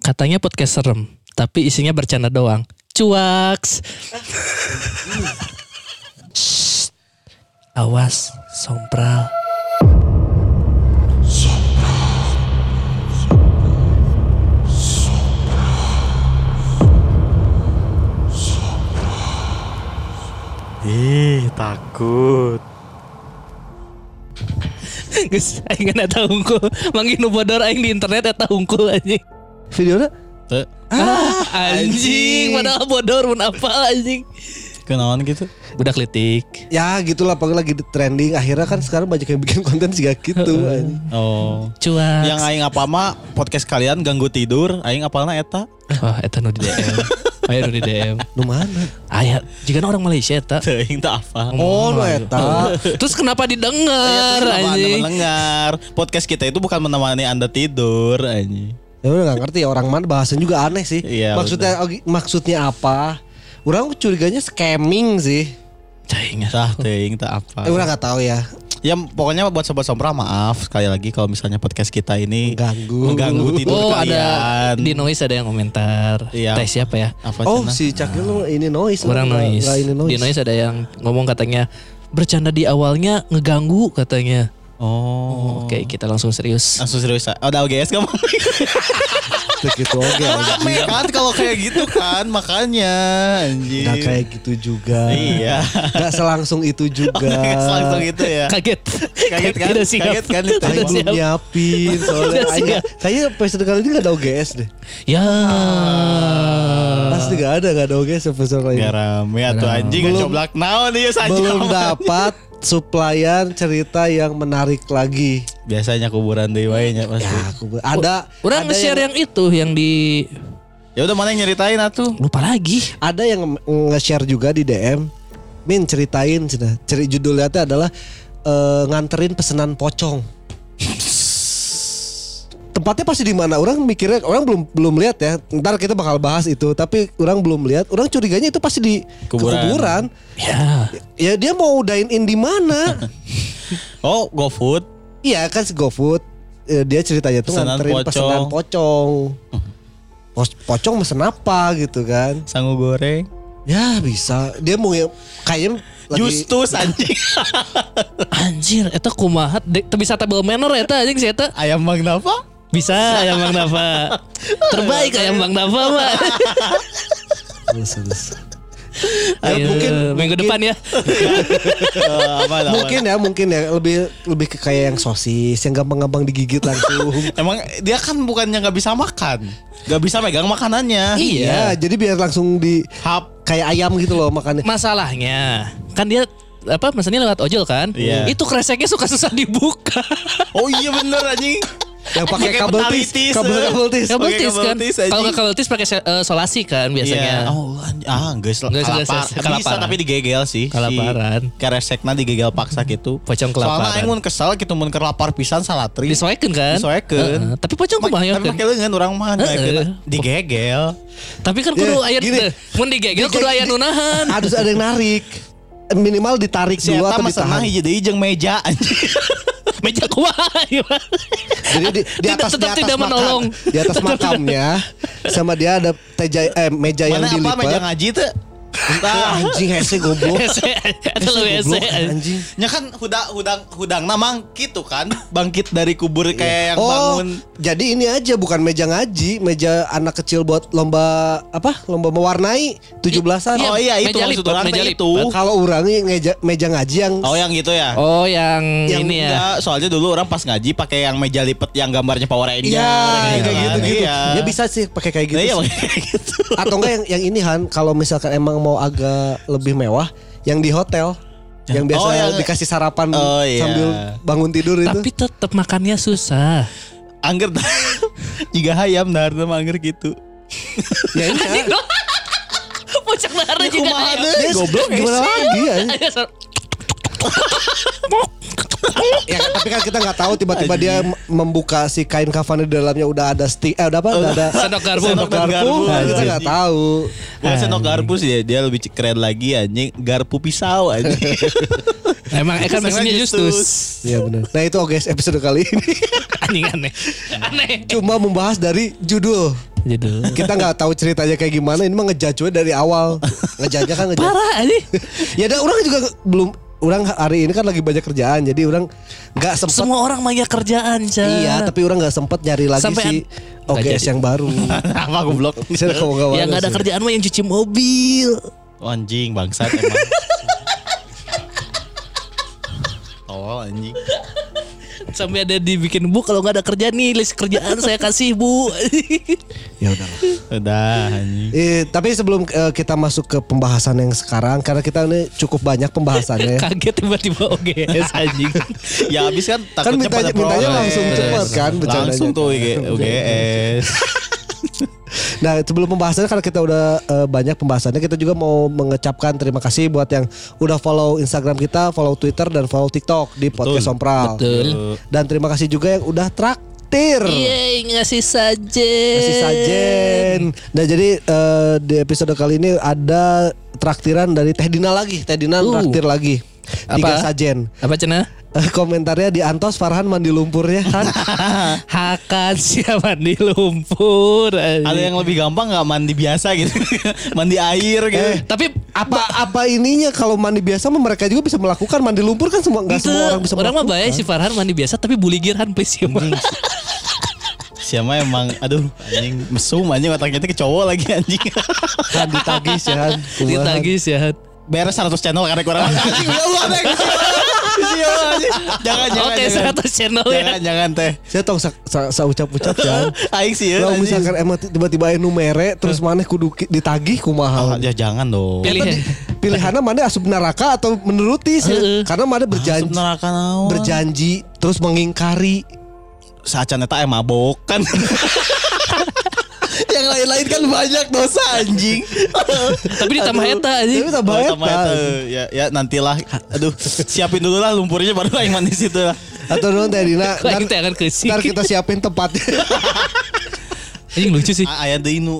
Katanya podcast serem, tapi isinya bercanda doang. Cuaks. Shh. Awas, sompral. Ih, takut. Geus aing eta hungkul. Manggi nu bodor aing di internet eta hungkul anjing. Videonya Anjing, padahal bodor mun apa anjing. Kenaon gitu? Budak litik. ya gitulah pokoknya lagi trending. Akhirnya kan sekarang banyak yang bikin konten juga gitu. Oh. Cuaks. Yang aing apa mah podcast kalian ganggu tidur, aing apalna eta? Wah, eta nu di DM. Aya nu di DM. Nu mana? Aya, jigana orang Malaysia eta. Aing tak apa. Oh, nu eta. Terus kenapa didengar anjing? Mendengar. Podcast kita itu bukan menemani Anda tidur anjing. Ya udah gak ngerti ya orang mana bahasanya juga aneh sih. Iya, Maksudnya apa? Orang curiganya scamming sih. Cing. Tah teuing tak apa. Orang gak tahu ya. Ya pokoknya buat sobat sompra maaf sekali lagi kalau misalnya podcast kita ini mengganggu tidur Oh, kalian. ada di noise ada yang komentar. Iya. Teh siapa ya? Apa Oh cenah? si Cakil lu ini noise. Orang noise. Nggak ini noise. Di noise ada yang ngomong katanya bercanda di awalnya ngeganggu katanya. Oh. Oke, kita langsung serius. Langsung serius. Ada OGS kamu? Tuh gitu oke Rame kan kalau kayak gitu kan makanya anjing. Gak kayak gitu juga. Iya. Gak selangsung itu juga. Langsung gitu ya. Kaget. Kaget kan? Tidak siap. Kaget kan itu. Aing belum nyiapin soalnya Tidak Aing siap. kayaknya episode kali ini gak ada OGS deh. Ya. Pasti gak ada OGS episode kali ini. Gak rame atuh anjing coblak naon ieu saja. Belum dapat suplayan cerita yang menarik lagi. Biasanya kuburan deui wae nya pasti. Ya, ada Orang ada nge-share yang itu yang di Ya udah mana yang nyeritain atuh? lupa lagi. ada yang nge-share juga di DM. Min ceritain cenah. Judulnya itu adalah nganterin pesanan pocong. Tempatnya pasti di mana? Orang mikirnya orang belum lihat ya. Ntar kita bakal bahas itu, tapi orang belum lihat. Orang curiganya itu pasti di kuburan. Ya. Ya dia mau dine in di mana? Oh, GoFood. Iya kan si GoFood. Dia ceritanya tuh Pesanan nganterin pocong. pesanan pocong. Pocong mesen apa gitu kan? Sangu goreng. Ya bisa. Dia mau kayaknya lagi Justus anjing. Anjir, eta kumaha teu bisa table manner eta anjing si eta. Ayam Bang Nava? Bisa ayam Bang Nava. Terbaik ayam Bang Nava mah. Terus. Ayo, mungkin minggu depan ya. Mungkin ya lebih ke kayak yang sosis yang gampang-gampang digigit langsung. Emang dia kan bukannya nggak bisa makan, nggak bisa megang makanannya. Iya, jadi biar langsung di Hap. kayak ayam gitu loh makannya. Masalahnya kan dia apa mesennya lewat ojol kan? Iya. Itu kreseknya suka susah dibuka. Oh iya bener anjing. Yang pakai kabel tis, kabel tis. Kabel Pakai tis kabel kan. tis, anjing. Kalau nggak kabel tis pakai solasi kan biasanya. Iya. Oh, geus Geus, kalapar. geus, Bisa kalaparan. tapi digegel sih. Kalaparan. Karesekna digegel paksa gitu. Pocong kelaparan. Soalnya aing mun kesel gitu mun keur lapar pisan salatri. Disoekeun kan? Disoekeun. Tapi pocong kumaha ya? Tapi make leungeun urang mah digegel. Tapi kan kudu aya gini. mun digegel kudu aya nu nahan. Harus ada yang narik. Minimal ditarik Si dulu eta atau mah senah ditahan. hiji deui jeung meja anjing. Meja kumaha gimana? Jadi di atas Tetap tidak makam, menolong. di atas makamnya sama dia ada meja yang Mana apa meja dilipat. ngaji teh? Entah. Anjing hese goblok. Eta lu Goblok, hese. anjing. Nya kan hudang namang gitu kan bangkit dari kubur kayak yang bangun. Jadi ini aja bukan meja ngaji, meja anak kecil buat lomba apa? Lomba mewarnai 17-an. Oh iya itu meja maksud lipat, orang meja teh lipat. itu. Kalau orang meja ngaji yang Oh yang gitu ya. Oh yang ini ya. Enggak, soalnya dulu orang pas ngaji pakai yang meja lipat yang gambarnya Power Ranger. iya kayak kan. gitu-gitu. Iya. Ya bisa sih pakai kayak gitu. Iya, sih. pakai kayak gitu. Atau enggak yang ini Han, kalau misalkan emang mau agak lebih mewah, yang di hotel. Yang biasa Oh, yang- dikasih sarapan Oh, iya. sambil bangun tidur itu. Tapi tetap makannya susah. Angger jika hayam narna mah angger gitu. ya ini Anjing dong. Pocong nara juga. kumaha ayo. deui? ya, goblok, gimana lagi ya? Ayo, so- Ya, tapi kan kita nggak tahu tiba-tiba dia membuka si kain kafan di dalamnya udah ada udah apa? Udah ada Sendok garpu. sendok garpu. Nah, kita nggak tahu. Bukan sendok garpu sih dia lebih keren lagi anjing, garpu pisau anjing. Emang kan mesinnya Justus. Iya benar. Nah itu OGS episode kali ini. Anjing aneh. Aneh. Cuma membahas dari judul. judul. Kita nggak tahu ceritanya kayak gimana. Ini mah ngejudge dari awal. Ngejudge kan ngejudge. Parah aja. Ya dan orang juga belum. Orang hari ini kan lagi banyak kerjaan. Jadi orang nggak sempet. Semua orang banyak kerjaan, Cak. Iya, tapi orang nggak sempet nyari lagi Sampai si OGS yang baru. Apa goblok? Ya Yang gak ada kerjaan mah yang cuci mobil. Anjing bangsat emang. Oh anjing. Sampai ada dibikin, Bu kalau gak ada kerjaan nih list kerjaan saya kasih, Bu. Ya udah. Udah anjing. Tapi sebelum kita masuk ke pembahasan yang sekarang, karena kita ini cukup banyak pembahasannya. Kaget tiba-tiba OGS anjing. Ya habis kan takutnya mintanya proses. langsung cepat kan bercandanya. Langsung tuh UGS. Nah sebelum pembahasannya, karena kita udah banyak pembahasannya, kita juga mau mengecapkan terima kasih buat yang udah follow Instagram kita, follow Twitter dan follow TikTok di Podcast Sompral. Betul. Dan terima kasih juga yang udah traktir. Yeay, ngasih sajen. Kasih sajen. Nah jadi di episode kali ini ada traktiran dari Teh Dina lagi. Teh Dina traktir lagi 3 sajen. Apa cenah? Komentarnya di Antos Farhan mandi lumpur ya kan. Hakan siapa mandi lumpur. Ada yang lebih gampang nggak mandi biasa gitu, mandi air gitu. Tapi apa ininya kalau mandi biasa mah mereka juga bisa melakukan. Mandi lumpur kan nggak semua orang bisa orang melakukan. mah baik si Farhan mandi biasa tapi buligiran please ya. Siapa emang aduh anjing mesum anjing otaknya itu ke cowok lagi anjing. Kan ditagih ya kan. Ditagih ya. Beres 100 channel karena kurang anjing ya Allah deh. Jangan Oke, 100 channel ya. Jangan teh. Saya tong ucap-ucap ya. Aing sih ya. Kalau misalkan emang tiba-tiba anu mere terus maneh kudu ditagih kumaha. Ya jangan dong. Pilihannya maneh asup neraka atau menuruti sih. Karena maneh berjanji. Asup neraka naon? Berjanji terus mengingkari. Sacan eta mabok kan. Yang lain-lain kan banyak dosa anjing. Tapi ditambah eta anjing. Tapi tambah eta. Ya nantilah. Aduh, siapin dulu lah lumpurnya baru aing mandi situ lah. Atau dong Teh Dina. Kita akan kesik. Ntar kita siapin tempatnya. Anjing lucu sih. Aya deui nu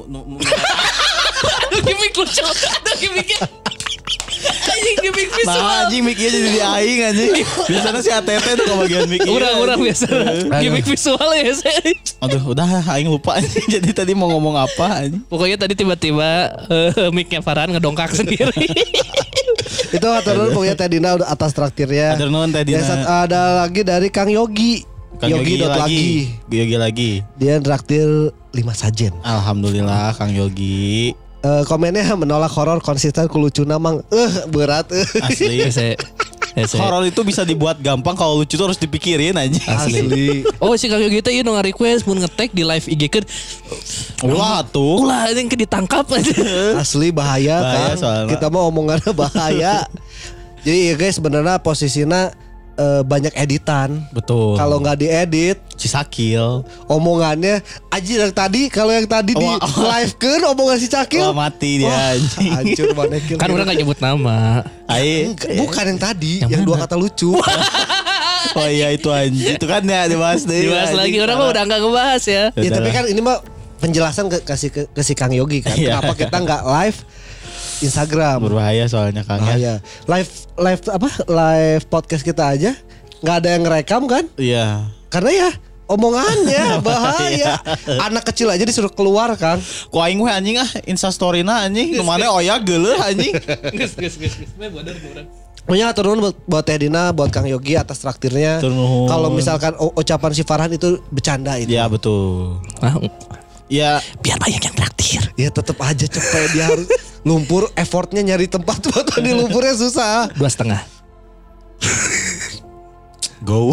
Aduh gimmick lucu. Aduh gimmicknya. Anjing gimmick visual. Nah anjing mic-nya jadi di aing anjing. Biasanya si ATT tuh kebagian mic-nya. Orang-orang biasa. Gimmick visual ya saya. Aduh udah aing lupa anjing. Jadi tadi mau ngomong apa anjing. Pokoknya tadi tiba-tiba mic-nya Farhan ngedongkak sendiri. Itu atur pokoknya Teh Dina udah atas traktirnya. Atur nuhun Teh Dina. Ada lagi dari Kang Yogi. Yogi lagi. Dia traktir 5 sajen. Alhamdulillah Kang Yogi. Komennya menolak horor konsisten kulucuna mang berat. Asli. Horor itu bisa dibuat gampang, kalau lucu tuh harus dipikirin aja. Asli. Oh si Kang Yogi teh ieu nge-request mun nge-tag di live IG keun. Ulah tuh. Ulah yang ditangkap aja. Asli bahaya kan. Soalnya. Kita mau omongannya bahaya. Jadi ya guys sebenarnya posisinya banyak editan. Betul. Kalau nggak diedit si Sakil omongannya aji yang tadi, kalau yang tadi di live kan omongan si Cakil mati dia anjing. Hancur banget. Kan orang gak nyebut nama. Bukan yang tadi, yang 2 kata lucu. Oh iya itu anjing. Itu kan ya dibahas deh. Dibahas lagi, orang mah udah gak ngebahas ya. Ya tapi kan ini mah penjelasan ke si Kang Yogi kan. Kenapa kita nggak live Instagram? Berbahaya soalnya Kang ya. Live podcast kita aja nggak ada yang ngerekam kan? Iya. Karena ya omongannya bahaya. Anak kecil aja disuruh keluar Kang. Ku aing we anjing Insta story-na anjing. Nu mane oya geuleuh anjing. Geus. Bener orang. Pokoknya turun buat Teh Dina, buat Kang Yogi atas traktirnya. Kalau misalkan ucapan si Farhan itu bercanda itu. Ya betul. Ya biar banyak yang traktir. Ya tetap aja cepet dia harus lumpur, effortnya nyari tempat buat di lumpurnya susah. 2,5. Go.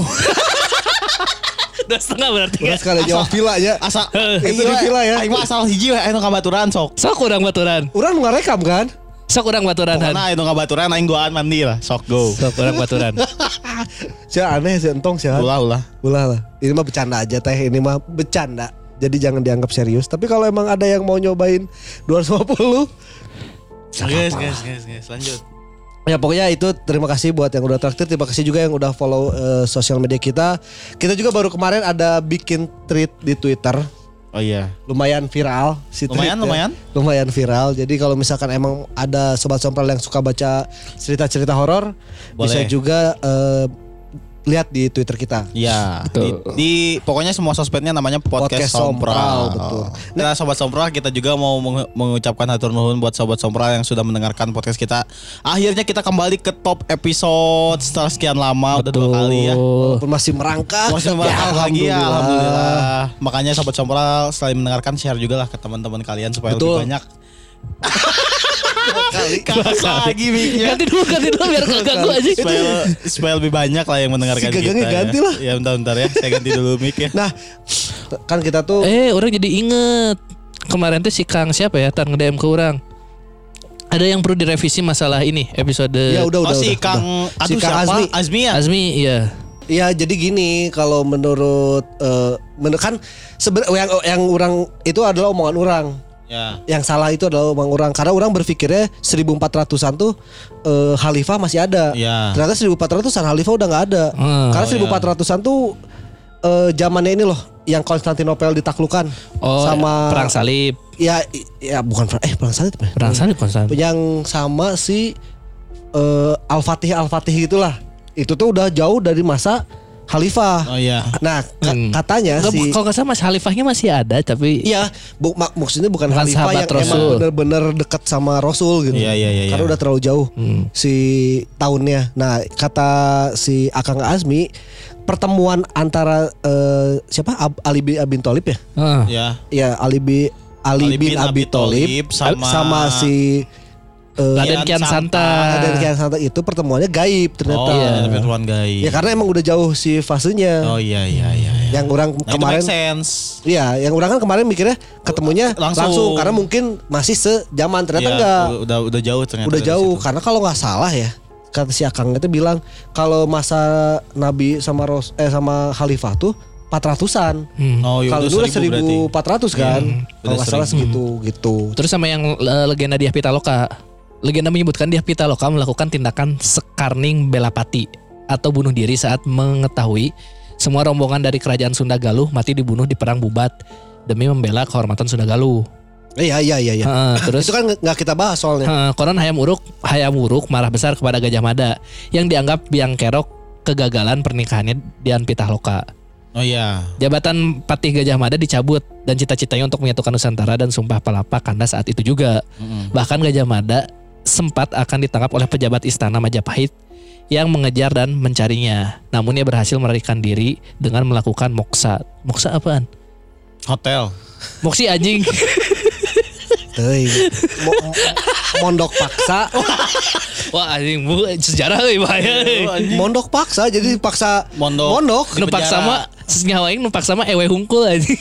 2,5 berarti. Terus kalau jawab villa ya. Asal itu di villa ya. Aing mah asal hiji we anu kabaturan sok. Sok urang baturan. Urang ngarekam kan? Sok urang baturan. Pokona anu kabaturan aing duaan mandi lah, sok go. Sok urang baturan. Sia aneh si entong sia. Ulah lah. Ini mah bercanda aja Teh, ini mah bercanda. Jadi jangan dianggap serius. Tapi kalau emang ada yang mau nyobain 250, guys, lanjut. Ya pokoknya itu terima kasih buat yang udah traktir. Terima kasih juga yang udah follow sosial media kita. Kita juga baru kemarin ada bikin tweet di Twitter. Oh iya. Lumayan viral si tweet. Lumayan viral. Jadi kalau misalkan emang ada sobat sompral yang suka baca cerita-cerita horor, bisa juga lihat di Twitter kita. Ya, di pokoknya semua sosmednya namanya Podcast Sompral. Betul. Nah, Sobat Sompral, kita juga mau mengucapkan hatur nuhun buat Sobat Sompral yang sudah mendengarkan podcast kita. Akhirnya kita kembali ke top episode setelah sekian lama, udah 2 kali ya. Walaupun masih merangkak. Lagi ya, alhamdulillah. Makanya Sobat Sompral selain mendengarkan, share juga lah ke teman-teman kalian supaya lebih banyak. Lagi miknya. Ganti dulu biar kagak aja. Supaya lebih banyak lah yang mendengarkan si kita. Ganti lah. Ya bentar ya, saya ganti dulu mic ya. Nah, kan kita tuh orang jadi inget kemarin tuh si Kang siapa ya tar nge-DM ke orang. Ada yang perlu direvisi masalah ini episode. Ya udah. Si Kang siapa? Azmi ya? Azmi, iya. Ya jadi gini, kalau menurut kan sebenarnya yang orang itu adalah omongan orang. Ya. Yang salah itu adalah omongan orang karena orang berpikirnya 1400-an tuh Khalifah masih ada. Ya. Ternyata 1400-an Khalifah udah nggak ada. Karena 1400-an tuh zamannya ini loh yang Konstantinopel ditaklukkan sama perang salib. Ya bukan perang salib. Perang salib Konstantinopel. Yang sama si Al-Fatih gitulah. Itu tuh udah jauh dari masa Khalifah. Oh iya. Nah katanya kalau nggak salah Mas Khalifahnya masih ada tapi. Iya, maksudnya bukan Khalifah yang Rasul. emang benar-benar dekat sama Rasul gitu. Iya. Karena udah terlalu jauh si tahunnya. Nah kata si Akang Azmi, pertemuan antara siapa Ali bin Abi Thalib ya? Ya Ali bin Abi Thalib sama si Raden Kian Santang itu pertemuannya gaib ternyata. Oh iya, pertemuan gaib. Ya karena emang udah jauh si fasenya. Oh iya. Yang orang kemarin. Itu make sense. Iya, yang orang kan kemarin mikirnya ketemunya langsung karena mungkin masih sejaman, ternyata enggak. Udah jauh ternyata. Udah jauh karena kalau nggak salah ya, kata si Akang itu bilang kalau masa Nabi sama Khalifah tuh 400-an. Kalau dulu 1400 kan. Kalau nggak salah segitu gitu. Terus sama yang legenda Dyah Pitaloka. Legenda menyebutkan Dyah Pitaloka melakukan tindakan sekarning belapati atau bunuh diri saat mengetahui semua rombongan dari kerajaan Sunda Galuh mati dibunuh di perang Bubat demi membela kehormatan Sunda Galuh. Iya. Terus itu kan nggak kita bahas soalnya. Konon Hayam Wuruk marah besar kepada Gajah Mada yang dianggap biang kerok kegagalan pernikahannya Dyah Pitaloka. Oh iya. Jabatan Patih Gajah Mada dicabut dan cita-citanya untuk menyatukan Nusantara dan Sumpah Palapa kandas saat itu juga. Bahkan Gajah Mada sempat akan ditangkap oleh pejabat istana Majapahit yang mengejar dan mencarinya. Namun ia berhasil melarikan diri dengan melakukan moksa. Moksa apaan? Hotel. Moksi anjing. Mondok paksa. Wah anjing sejarah bahaya. Mondok paksa jadi paksa mondok. Numpak sama nyawain numpak sama ewe hungkul anjing.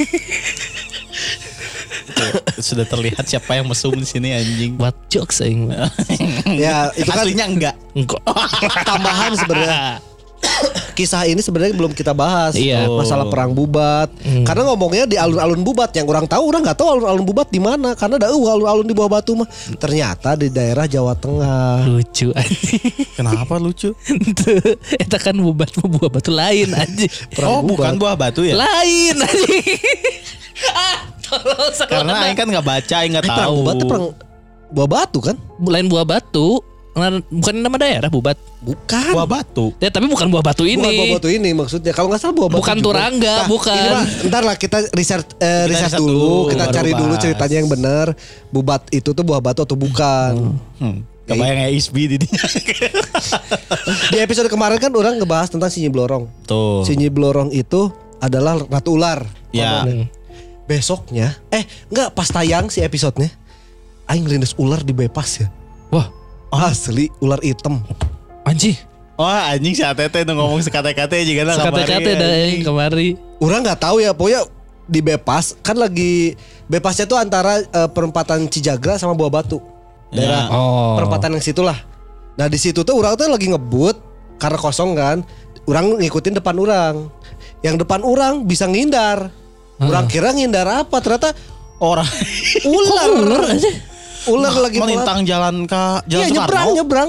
Sudah terlihat siapa yang mesum di sini anjing. What jokes aing. Ya, itu kan aslinya enggak. Tambahan sebenarnya. Kisah ini sebenarnya belum kita bahas. Iya. Masalah perang Bubat. Karena ngomongnya di alun-alun Bubat, yang orang nggak tahu alun-alun Bubat di mana. Karena ada alun-alun di bawah batu mah. Ternyata di daerah Jawa Tengah. Lucu anjing. Kenapa lucu? Eta kan buah batu lain anjing. Bukan buah batu ya? Lain anjing. Karena aing kan nggak baca, aing nggak tahu. Perang Bubat itu perang buah batu kan? Lain buah batu. Bukan nama daerah Bubat. Bukan. Buah batu. Ya tapi bukan buah batu ini. Bukan buah batu ini maksudnya. Kalau nggak salah buah batu. Bukan juga. turangga, bukan. Ini ntar lah kita riset dulu. Kita cari dulu ceritanya yang benar. Bubat itu tuh buah batu atau bukan? Kebayang ya Isbi di dia. Di episode kemarin kan orang ngebahas tentang si Nyi Blorong. Tuh. Si Nyi Blorong itu adalah ratu ular. Ya. Besoknya, enggak pas tayang si episodenya, aing ngelindes ular di bypass ya. Wah, asli ular hitam. Anjing. Wah anjing si Atete tuh ngomong sekate-kate juga lah. Sekate-kate dah kemari. Orang nggak tahu ya, pokoknya di bypass kan lagi bypassnya tuh antara perempatan Cijagra sama Buah Batu. Daerah perempatan yang situlah. Nah di situ tuh orang tuh lagi ngebut karena kosong kan. Orang ngikutin depan orang. Yang depan orang bisa ngindar. Orang kira ngindar apa, ternyata orang ular aja. Ular lagi melintang jalan Soekarno.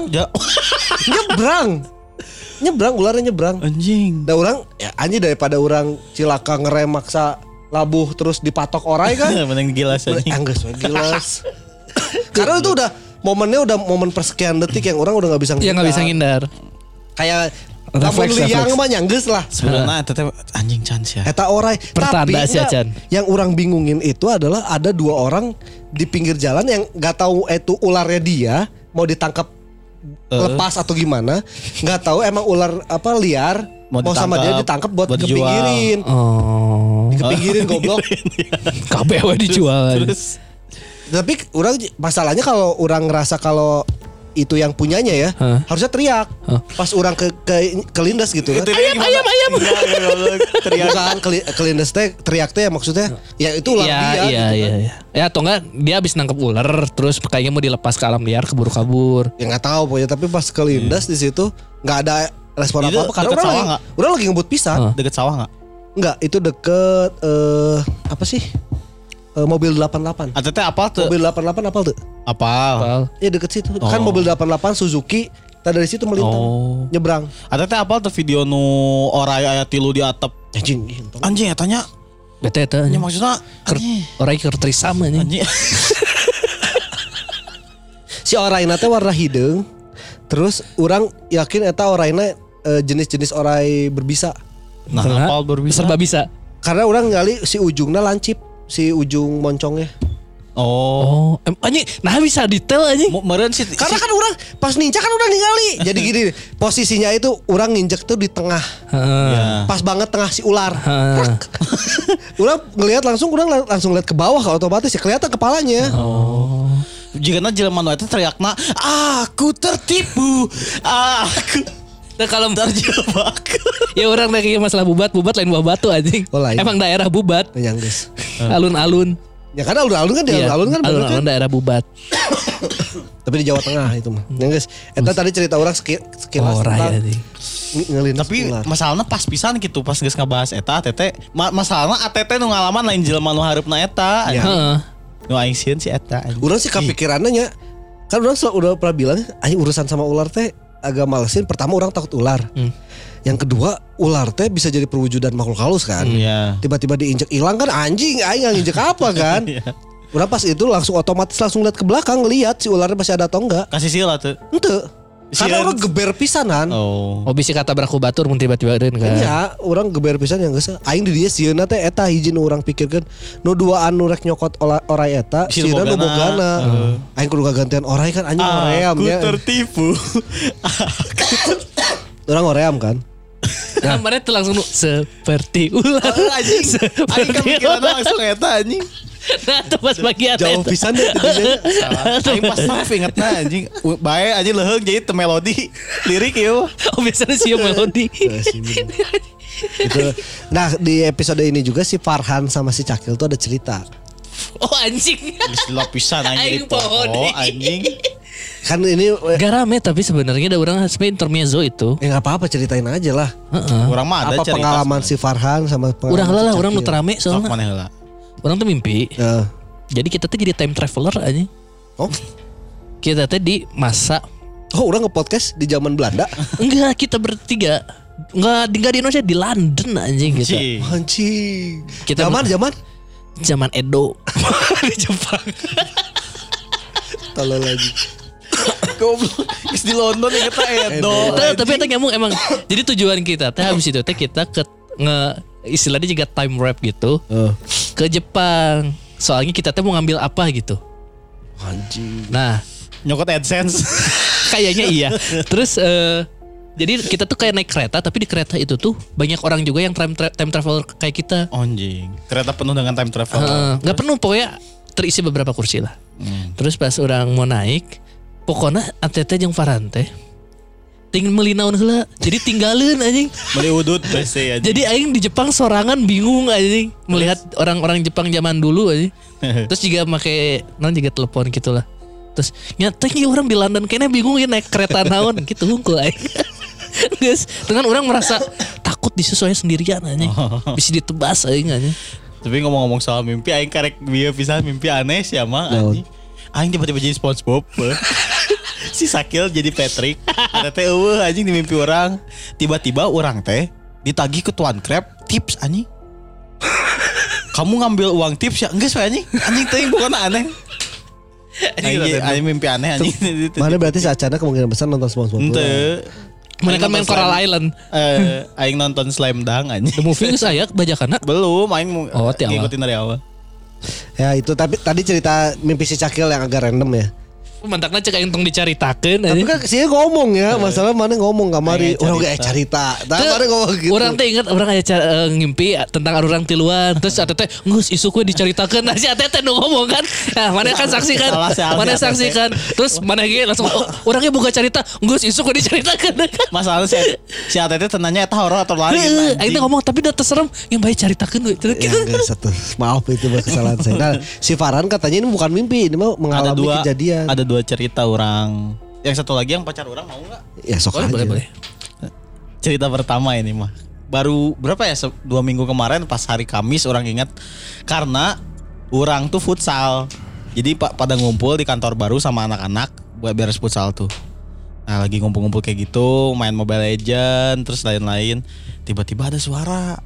Nyebrang ularnya nyebrang. Anjing. Da orang ya anjing daripada orang cilaka ngerem maksa labuh terus dipatok orai kan. Mending gilas anjing. Anggeus gilas. Karena itu udah momennya udah momen persekian detik yang orang udah enggak bisa ngindar. Ya enggak bisa ngindar. Kayak Lamun liang mah nyanggeus lah. Sebenarnya eta teh anjing can sia. Eta orai. Pertanda Tapi sia, Can. yang orang bingungin itu adalah ada 2 orang di pinggir jalan yang enggak tahu itu ularnya dia mau ditangkap lepas atau gimana, nggak tahu emang ular apa liar mau sama dia ditangkap buat kepinggirin. Dikepinggirin goblok. Kabeh we dijual. Terus Tapi orang masalahnya kalau orang ngerasa kalau itu yang punyanya ya, harusnya teriak. Pas orang kelindas gitu kan. Ayam. teriak. Bukan kelindas teh teriak teh maksudnya ya itu ular dia. Iya. Ya atau enggak dia habis nangkep ular terus kayaknya mau dilepas ke alam liar keburu kabur. Ya nggak tahu pokoknya tapi pas kelindas di situ nggak ada respon Itu apa-apa karena deket sawah nggak? orang lagi ngebut pisang. Deket sawah enggak? Enggak, itu deket apa sih? Mobil 88. ATT apal tuh? Mobil 88 apal tuh? Apal. Ya deket situ. Kan mobil 88 Suzuki. Kita dari situ melintang. Nyebrang. ATT apal tuh video nu orai aya tilu di atap. Anjing ya tanya. Bete eta. Ya maksudnya Orang keur trisam anjing. anjing. Si oraina teh warna hidung. Terus orang yakin eta oraina jenis-jenis orai berbisa. Nah, apal berbisa. Serba bisa. Karena orang ngali si ujungnya lancip. Si ujung moncongnya. Oh. Anjing, nah bisa detail anjing. Meureun sih. Karena kan orang pas ninja kan udah ningali. Jadi gini posisinya itu orang nginjek tuh di tengah. Ya. Pas banget tengah si ular. Orang ngelihat langsung lihat ke bawah kalau otomatis ya kelihatan kepalanya. Jigana jelema nu eta teriakna, "Aku tertipu. Aku Nah, kalau terjebak." ya orang lagi masalah bubat lain buah batu anjing. Oh, lain. Emang daerah bubat. Nyangges. Alun-alun. Ya kan alun-alun kan Iya, alun-alun kan bener kan. alun-alun daerah bubat. Tapi di Jawa Tengah itu mah. Nyangges. Eta tadi cerita orang sekilas tentang ngelindas Tapi ular. masalahnya pas pisan gitu pas geus ngabahas eta ATT. Masalahnya ATT nu ngalaman lain jelema nu hareupna eta. Ya. Heeh. Nu aing sieun si eta. Urang sih kepikirannya nya. Kan orang udah pernah bilang aing urusan sama ular teh agak malesin. Pertama orang takut ular. Yang kedua ular teh bisa jadi perwujudan makhluk halus kan. Iya. Tiba-tiba diinjek hilang kan anjing aing nginjek apa kan. Udah pas itu otomatis langsung lihat ke belakang lihat si ularnya masih ada atau enggak. Kasih sila tuh. Ente. Karena orang geber pisanan. Oh. Oh bisa kata beraku batur mun tiba-tiba eureun kan. Iya, orang geber pisan yang geus. Aing di dieu sieuna teh eta hiji nu urang pikirkeun nu duaan nu rek nyokot orai eta, sieuna nu bogana. Aing kudu gagantian orai kan anjing oream ya. Aku tertipu. Orang oream kan. Nah, kemarin tuh langsung seperti ular. Anjing. Aing kepikiran langsung eta anjing. Nah, tuh pas bagian Jauh eta. pisan deh tadinya. Aing pas live ingetna anjing. Bae anjing leheung jadi teu melodi lirik ieu. Oh biasanya sih melodi. Gitu. Nah, di episode ini juga si Farhan sama si Cakil tuh ada cerita. Oh anjing. Geus dilapisan Aing anjing di pohon. pohon anjing. Kan ini Gak rame tapi sebenarnya ada orang sebenarnya intermezzo itu. ya enggak apa-apa ceritain aja lah. Urang mah ada Apa cerita. pengalaman si Farhan sama pengalaman Urang si lah, Cakil. orang nu terame Sok soalnya. maneh heula. Orang tuh mimpi. Ya. Jadi kita tuh jadi time traveler aja. Oh, Kita tuh di masa orang nge-podcast di zaman Belanda. enggak kita bertiga. Enggak di Indonesia di London anjing gitu. Anjing. Anjing. Kita zaman Edo di Jepang. Tolol lagi. Goblok. Geus di London ingetna Edo. Tapi itu nyambung emang. Jadi tujuan kita teh habis itu teh kita ke istilahnya juga time warp gitu ke Jepang. Soalnya kita teh mau ngambil apa gitu. Anjing. Nah, Nyokot AdSense. kayaknya iya. Terus jadi kita tuh kayak naik kereta tapi di kereta itu tuh banyak orang juga yang time traveler kayak kita. Anjing. Kereta penuh dengan time travel. Nggak penuh pokoknya terisi beberapa kursi lah. Terus pas orang mau naik, pokoknya ATT jeung Farhan teh ting meuli naon heula. Jadi tinggalin anjing. Meuli udut bese aja. Jadi aing di Jepang sorangan bingung anjing melihat orang-orang Jepang zaman dulu anjing. Terus juga make naon juga telepon gitulah. Terus nyata orang di London kayaknya bingung ya naik kereta naon gitu hungkul aing. Guys, dengan orang merasa takut disesuaikan sendirian anjing. Bisa ditebas aing anjing. Tapi ngomong-ngomong soal mimpi aing karek bieu pisan mimpi aneh sih mah anjing. Aing tiba-tiba jadi SpongeBob. Si Sakil jadi Patrick. Ada teh eueuh anjing di mimpi orang. Tiba-tiba orang teh ditagih ke Tuan Crab tips anjing. Kamu ngambil uang tips ya? Enggak soalnya anjing. Anjing teh bukan aneh. Anjing mimpi aneh anjing. Mana berarti seacana kemungkinan besar nonton SpongeBob. Ente. Mereka main Coral Island. Aing nonton Slam Dunk anjing. The movie geus aya bajakana? Belum, aing ngikutin dari awal. Ya itu tapi tadi cerita mimpi si Cakil yang agak random ya. Mantakna cek aing tong dicaritakeun. Tapi kan sih ngomong ya, masalah mana ngomong kamari orang gak cerita. Tah mana ngomong gitu. Urang teh inget urang aya ngimpi tentang urang tiluan. Terus ate teh geus isu we dicaritakeun. Nah si ate teh nu ngomong kan. Nah, mana kan saksikan. Mana saksikan. Terus mana ge langsung urang ge boga cerita, geus isu we dicaritakeun. Masalah si ate teh tenanya eta horor atau lain. Aing teh ngomong tapi udah terserem yang baik caritakeun we. Ya enggak satu. Maaf itu kesalahan saya. Nah, si Farhan katanya ini bukan mimpi, ini mau mengalami kejadian. Ada 2 cerita orang. Yang satu lagi yang pacar orang mau nggak? Ya sok aja. Boleh. Cerita pertama ini mah. Baru berapa ya 2 minggu kemarin pas hari Kamis orang ingat. Karena orang tuh futsal. Jadi pada ngumpul di kantor baru sama anak-anak buat beres futsal tuh. Nah lagi ngumpul-ngumpul kayak gitu, main Mobile Legends terus lain-lain. Tiba-tiba ada suara.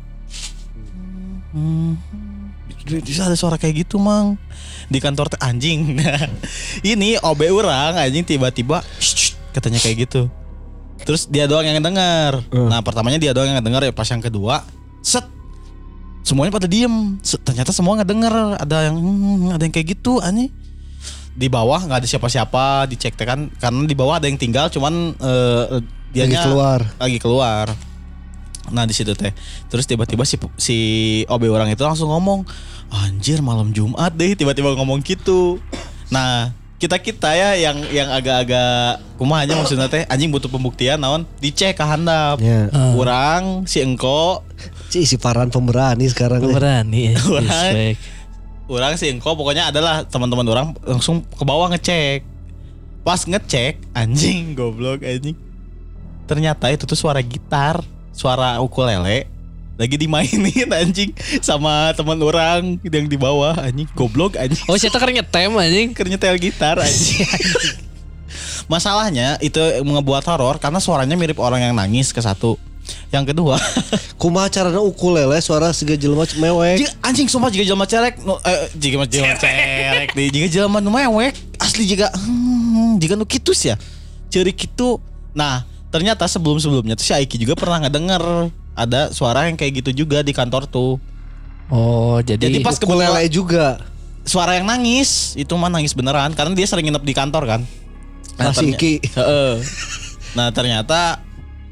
Bisa ada suara kayak gitu mang di kantor anjing. Nah, ini OB orang anjing tiba-tiba katanya kayak gitu. Terus dia doang yang dengar. Nah pertamanya dia doang yang dengar ya. Pas yang kedua set semuanya pada diem. Ternyata semua nggak dengar. Ada yang kayak gitu anjing. Di bawah nggak ada siapa-siapa. Dicek kan karena di bawah ada yang tinggal. Cuman dianya lagi keluar. Nah di situ teh. Terus tiba-tiba si OB orang itu langsung ngomong, anjir malam Jumat deh, tiba-tiba ngomong gitu. Nah kita ya yang agak-agak kumahanya maksudnya teh anjing butuh pembuktian naon dicek ke handap. Kurang si engko si Farhan pemberani sekarang. Pemberani. Orang si engko pokoknya adalah teman-teman orang langsung ke bawah ngecek. Pas ngecek anjing goblok anjing. Ternyata itu tuh suara gitar. Suara ukulele lagi dimainin anjing sama teman orang yang di bawah anjing goblok anjing. Oh saya keur nyetem anjing, keur nyetel gitar anjing. Masalahnya itu ngebuat horor karena suaranya mirip orang yang nangis ke satu. Yang kedua, kumaha carana ukulele suara siga jelema mewek. Anjing sumpah jiga jelema cerek jiga jelema cerek deui jiga jelema nu mewek asli jiga nu kitu ya. Ceurik kitu. Nah, ternyata sebelum-sebelumnya tuh si Aiki juga pernah ngedenger ada suara yang kayak gitu juga di kantor tuh. Oh, jadi pas ukulele juga. Suara yang nangis, itu mah nangis beneran karena dia sering nginep di kantor kan. Nah, si Iki. Nah, ternyata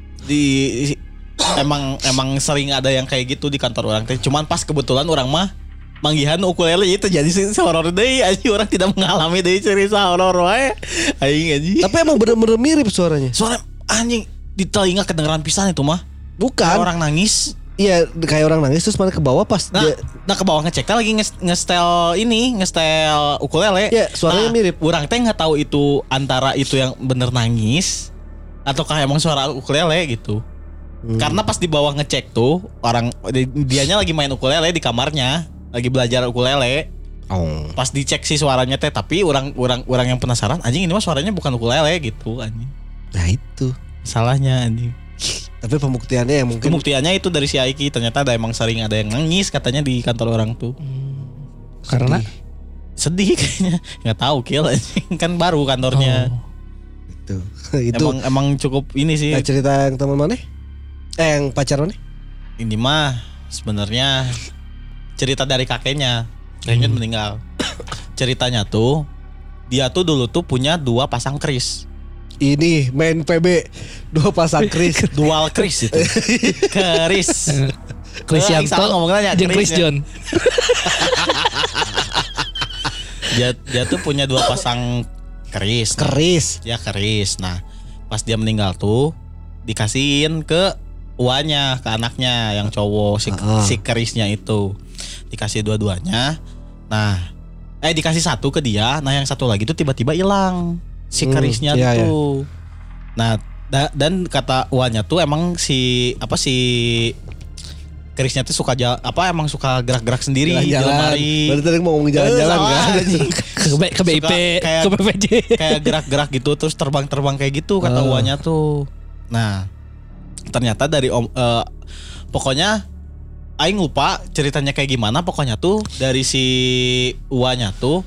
emang sering ada yang kayak gitu di kantor orang teh. Cuman pas kebetulan orang mah manggihan ukulele itu jadi horor deui anjing, orang tidak mengalami deui cerita horor wae. Anjing. Tapi emang bener-bener mirip suaranya. Suara anjing di telinga kedengeran pisan itu mah. Bukan kayak orang nangis. Iya kayak orang nangis terus mana ke bawah pas nah ke bawah ngecek lagi ngestel ukulele. Iya suaranya mirip. Orang teh nggak tahu itu antara itu yang bener nangis ataukah emang suara ukulele gitu. Karena pas di bawah ngecek tuh orang dianya lagi main ukulele di kamarnya, lagi belajar ukulele. Pas dicek sih suaranya teh, tapi orang yang penasaran anjing ini mah suaranya bukan ukulele gitu anjing. Nah itu salahnya anjing. Tapi pembuktiannya yang mungkin pembuktiannya itu dari si Aiki, ternyata ada emang sering ada yang nangis katanya di kantor orang tuh. Karena sedih kayaknya, nggak tahu kill anjing kan baru kantornya. Itu emang cukup ini sih. Nah, cerita yang teman mana? Yang pacar mana? Ini mah sebenarnya cerita dari kakeknya meninggal. Ceritanya tuh dia tuh dulu tuh punya 2 pasang keris. Ini main PB 2 pasang keris. Dual keris itu. Keris Krisyanto ngomongnya jeung Chris John. Dia tuh punya 2 pasang keris. Ya keris. Nah, pas dia meninggal tuh dikasihin ke uanya, ke anaknya yang cowok si kerisnya itu. Dikasih dua-duanya. Nah, dikasih 1 ke dia. Nah, yang 1 lagi tuh tiba-tiba hilang si kerisnya tuh. Nah, dan kata uanya tuh emang si kerisnya tuh suka emang suka gerak-gerak sendiri di lemari. Baru tadi mau ngomong jalan-jalan kan. Ke BIP, ke BPJ. Kayak gerak-gerak gitu terus terbang-terbang kayak gitu kata uanya tuh. Nah, ternyata dari pokoknya aing lupa ceritanya kayak gimana, pokoknya tuh dari si uanya tuh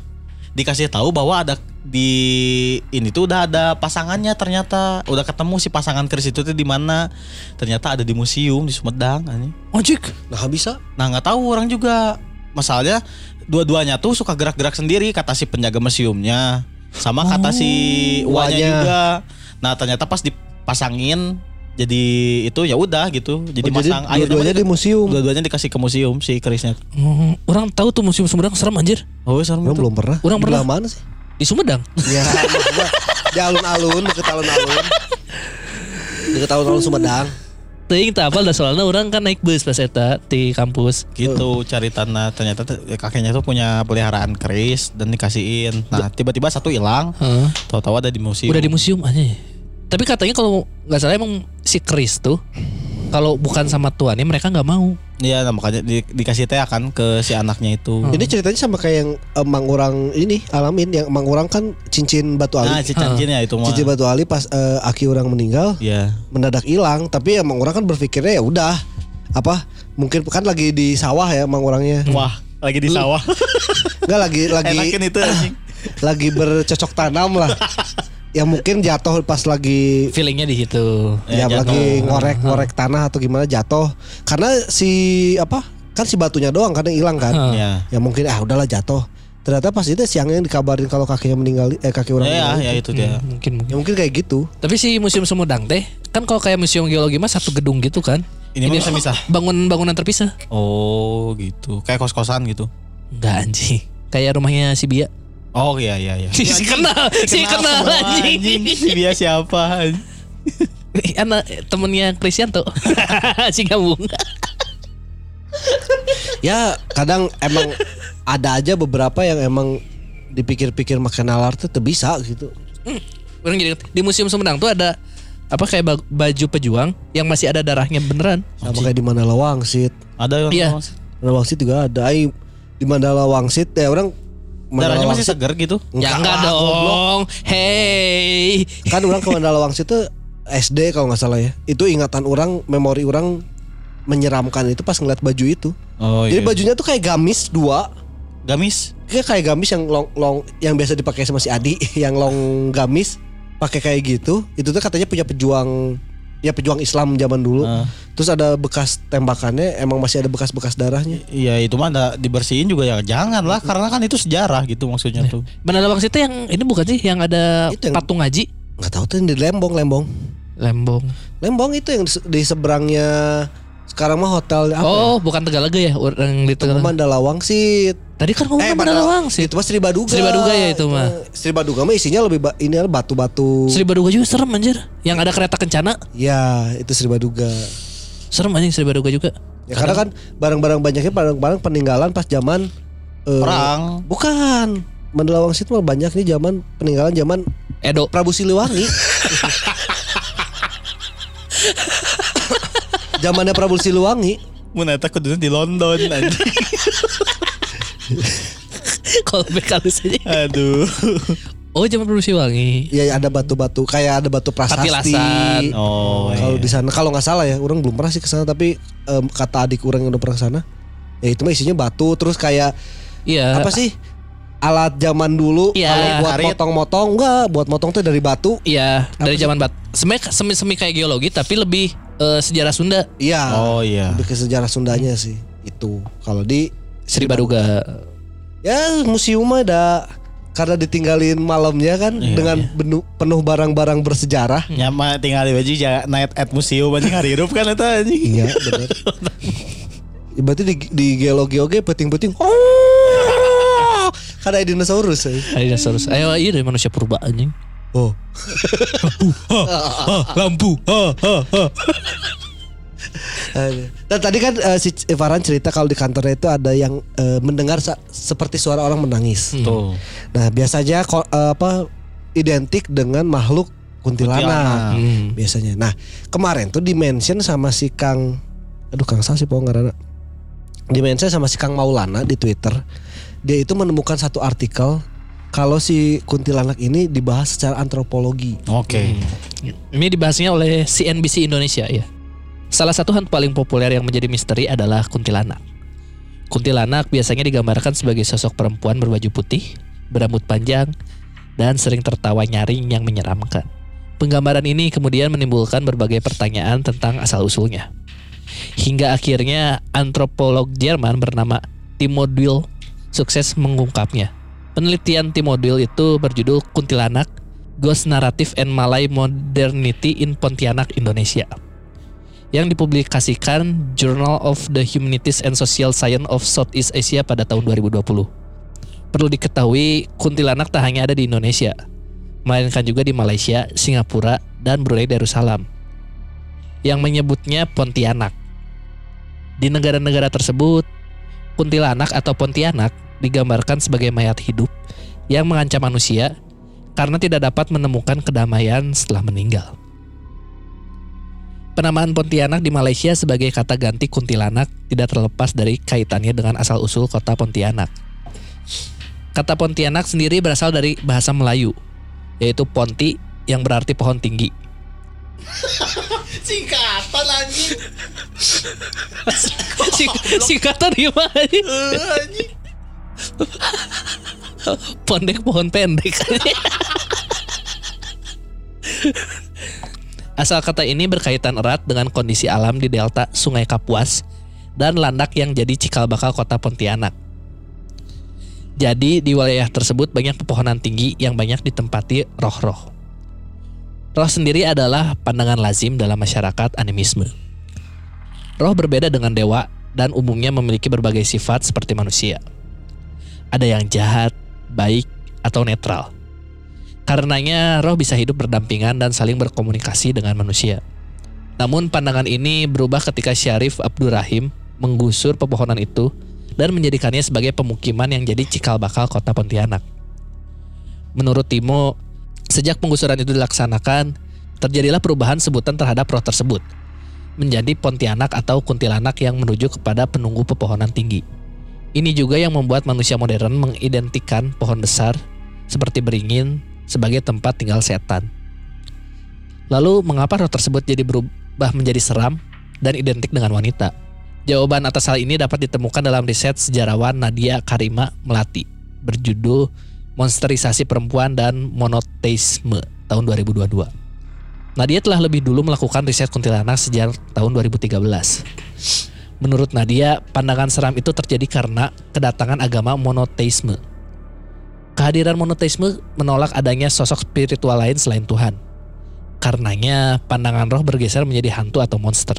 dikasih tahu bahwa ada di ini tuh udah ada pasangannya, ternyata udah ketemu si pasangan keris itu tuh di mana, ternyata ada di museum di Sumedang anjing. Ojek. Nah bisa. Nah nggak tahu orang juga, masalahnya dua-duanya tuh suka gerak-gerak sendiri, kata si penjaga museumnya sama kata si uanya juga. Nah ternyata pas dipasangin jadi itu ya udah gitu, jadi masang air. Dua-duanya di museum. Dua-duanya dikasih ke museum si kerisnya. Orang tahu tuh museum Sumedang serem anjir. Oh serem. Orang belum pernah. Orang pernah. Mana sih? Di Sumedang. Ya, di alun-alun, deket alun-alun. Deket alun-alun Sumedang. Teuing teu apal da soalna orang kan naik bus pas eta di kampus. Gitu caritana, ternyata kakeknya tuh punya peliharaan keris dan dikasihin. Nah tiba-tiba satu hilang, tahu-tahu ada di museum. Udah di museum aja. Tapi katanya kalau nggak salah emang si keris tuh kalau bukan sama tuannya mereka nggak mau. Iya, nah, makanya dikasih teh akan ke si anaknya itu. Ini ceritanya sama kayak yang emang orang ini alamin, yang emang orang kan cincin batu ali. Nah, si cincinnya itu mah. Cincin batu ali pas aki orang meninggal, mendadak hilang. Tapi emang orang kan berpikirnya ya udah apa? Mungkin kan lagi di sawah ya emang orangnya. Wah, lagi di sawah. Enggak lagi Enakin itu anjing. Lagi bercocok tanam lah. Ya mungkin jatuh pas lagi feelingnya di situ. Ya lagi ngorek tanah atau gimana jatuh. Karena si apa? Kan si batunya doang kadang hilang kan. Ya mungkin udahlah jatuh. Ternyata pas itu siangnya dikabarin kalau kakinya meninggal, kaki orang meninggal. Ya itu dia. Mungkin kayak gitu. Tapi si Museum Sumedang teh kan kalau kayak museum geologi mah satu gedung gitu kan. Ini bisa bangunan terpisah. Oh gitu. Kayak kos-kosan gitu. Enggak anjing. Kayak rumahnya si Bia. Oh iya. Si kenal anjing. Si Bia siapa? Anak temennya Krisyanto. Si Gabung. Ya kadang emang ada aja beberapa yang emang dipikir-pikir makan nalar tuh bisa gitu. Orang gini, di Museum Sumedang tuh ada apa kayak baju pejuang yang masih ada darahnya beneran. Sama kayak di Mandala Wangsit. Ada yang Mandala Wangsit juga ada. Di Mandala Wangsit ya orang darahnya masih segar gitu? Ya enggak dong. Hey. Kan orang ke Mandala Wangsit tuh SD kalau nggak salah ya. Itu ingatan orang, memori orang menyeramkan itu pas ngeliat baju itu. Oh, jadi bajunya tuh kayak gamis 2. Gamis? Kayak gamis yang long yang biasa dipakai sama si Adi, yang long gamis pakai kayak gitu. Itu tuh katanya punya pejuang Islam zaman dulu. Terus ada bekas tembakannya, emang masih ada bekas-bekas darahnya. Iya, itu mah dibersihin juga ya jangan lah, karena kan itu sejarah gitu maksudnya tuh. Mandala Wangsit itu yang ini bukan sih yang ada patung ngaji? Enggak tahu tuh yang di Lembong itu yang di seberangnya sekarang mah hotel apa? Oh, bukan Tegalaga ya, orang di Tegalaga. Mandala Wangsit. Tadi kan ngomong Mandala Wangsit. Itu mah Sri Baduga. Sri Baduga ya itu mah. Sri Baduga mah isinya lebih ini batu-batu. Sri Baduga juga serem anjir. Yang ada kereta kencana. Ya, itu Sri Baduga. Serem anjing Sri Baduga juga. Ya karena kan barang-barang banyaknya barang-barang peninggalan pas zaman perang. Bukan. Mandala Wangsit mah banyak nih zaman peninggalan zaman Edo. Prabu Siliwangi. Zamannya Prabu Siliwangi. Mun eta kuduna di London anjing. Kalau bekalus aja. Aduh. Oh, zaman Prabu Siliwangi. Ya ada batu-batu, kayak ada batu prasasti. Patilasan. Oh. Kalau di sana kalau nggak salah ya, orang belum pernah sih ke sana tapi kata adik orang yang udah pernah ke sana. Ya itu mah isinya batu terus kayak apa sih? Alat zaman dulu kalau buat motong-motong buat motong tuh dari batu. Iya, dari zaman batu. Semi kayak geologi tapi lebih sejarah Sunda. Iya. Oh iya. Lebih ke sejarah Sundanya sih. Itu kalau di Sri Baduga. Ya museum mah ada karena ditinggalin malamnya kan dengan penuh barang-barang bersejarah. Ya mah tinggal di baju night at museum anjing harirup kan eta anjing. Iya benar. Berarti di geologi oge penting-penting. Kan ada dinosaurus. Ayo iya dari manusia purba anjing. Oh. Lampu. Dan tadi kan si Farhan cerita kalau di kantornya itu ada yang mendengar seperti suara orang menangis. Tuh. Nah, biasanya identik dengan makhluk kuntilanak. Biasanya. Nah, kemarin tuh di-mention sama si Kang Sal sih pokoknya ngaranna. Di-mention sama si Kang Maulana di Twitter. Dia itu menemukan satu artikel kalau si kuntilanak ini dibahas secara antropologi. Oke. Ini dibahasnya oleh CNBC Indonesia ya. Salah satu hantu paling populer yang menjadi misteri adalah kuntilanak. Kuntilanak biasanya digambarkan sebagai sosok perempuan berbaju putih berambut panjang, dan sering tertawa nyaring yang menyeramkan. Penggambaran ini kemudian menimbulkan berbagai pertanyaan tentang asal-usulnya. Hingga akhirnya antropolog Jerman bernama Timo Duil sukses mengungkapnya. Penelitian Timo Duil itu berjudul Kuntilanak, Ghost Narrative and Malay Modernity in Pontianak, Indonesia, yang dipublikasikan Journal of the Humanities and Social Science of Southeast Asia pada tahun 2020. Perlu diketahui, kuntilanak tak hanya ada di Indonesia, melainkan juga di Malaysia, Singapura, dan Brunei Darussalam, yang menyebutnya Pontianak. Di negara-negara tersebut, kuntilanak atau Pontianak digambarkan sebagai mayat hidup yang mengancam manusia karena tidak dapat menemukan kedamaian setelah meninggal. Penamaan Pontianak di Malaysia sebagai kata ganti kuntilanak tidak terlepas dari kaitannya dengan asal-usul kota Pontianak. Kata Pontianak sendiri berasal dari bahasa Melayu, yaitu Ponti yang berarti pohon tinggi. Singkatan anjing. Singkatan gimana anjing? Pondek pohon pendek. Asal kata ini berkaitan erat dengan kondisi alam di delta Sungai Kapuas dan landak yang jadi cikal bakal kota Pontianak. Jadi di wilayah tersebut banyak pepohonan tinggi yang banyak ditempati roh-roh. Roh sendiri adalah pandangan lazim dalam masyarakat animisme. Roh berbeda dengan dewa dan umumnya memiliki berbagai sifat seperti manusia. Ada yang jahat, baik, atau netral. Karenanya roh bisa hidup berdampingan dan saling berkomunikasi dengan manusia. Namun pandangan ini berubah ketika Syarif Abdurrahim menggusur pepohonan itu dan menjadikannya sebagai pemukiman yang jadi cikal bakal kota Pontianak. Menurut Timo, sejak penggusuran itu dilaksanakan, terjadilah perubahan sebutan terhadap roh tersebut, menjadi Pontianak atau kuntilanak yang menuju kepada penunggu pepohonan tinggi. Ini juga yang membuat manusia modern mengidentikan pohon besar seperti beringin sebagai tempat tinggal setan. Lalu mengapa roh tersebut jadi berubah menjadi seram dan identik dengan wanita? Jawaban atas hal ini dapat ditemukan dalam riset sejarawan Nadia Karima Melati berjudul Monsterisasi Perempuan dan Monoteisme tahun 2022. Nadia telah lebih dulu melakukan riset kuntilanak sejak tahun 2013. Menurut Nadia, pandangan seram itu terjadi karena kedatangan agama monoteisme. Kehadiran monoteisme menolak adanya sosok spiritual lain selain Tuhan. Karenanya, pandangan roh bergeser menjadi hantu atau monster.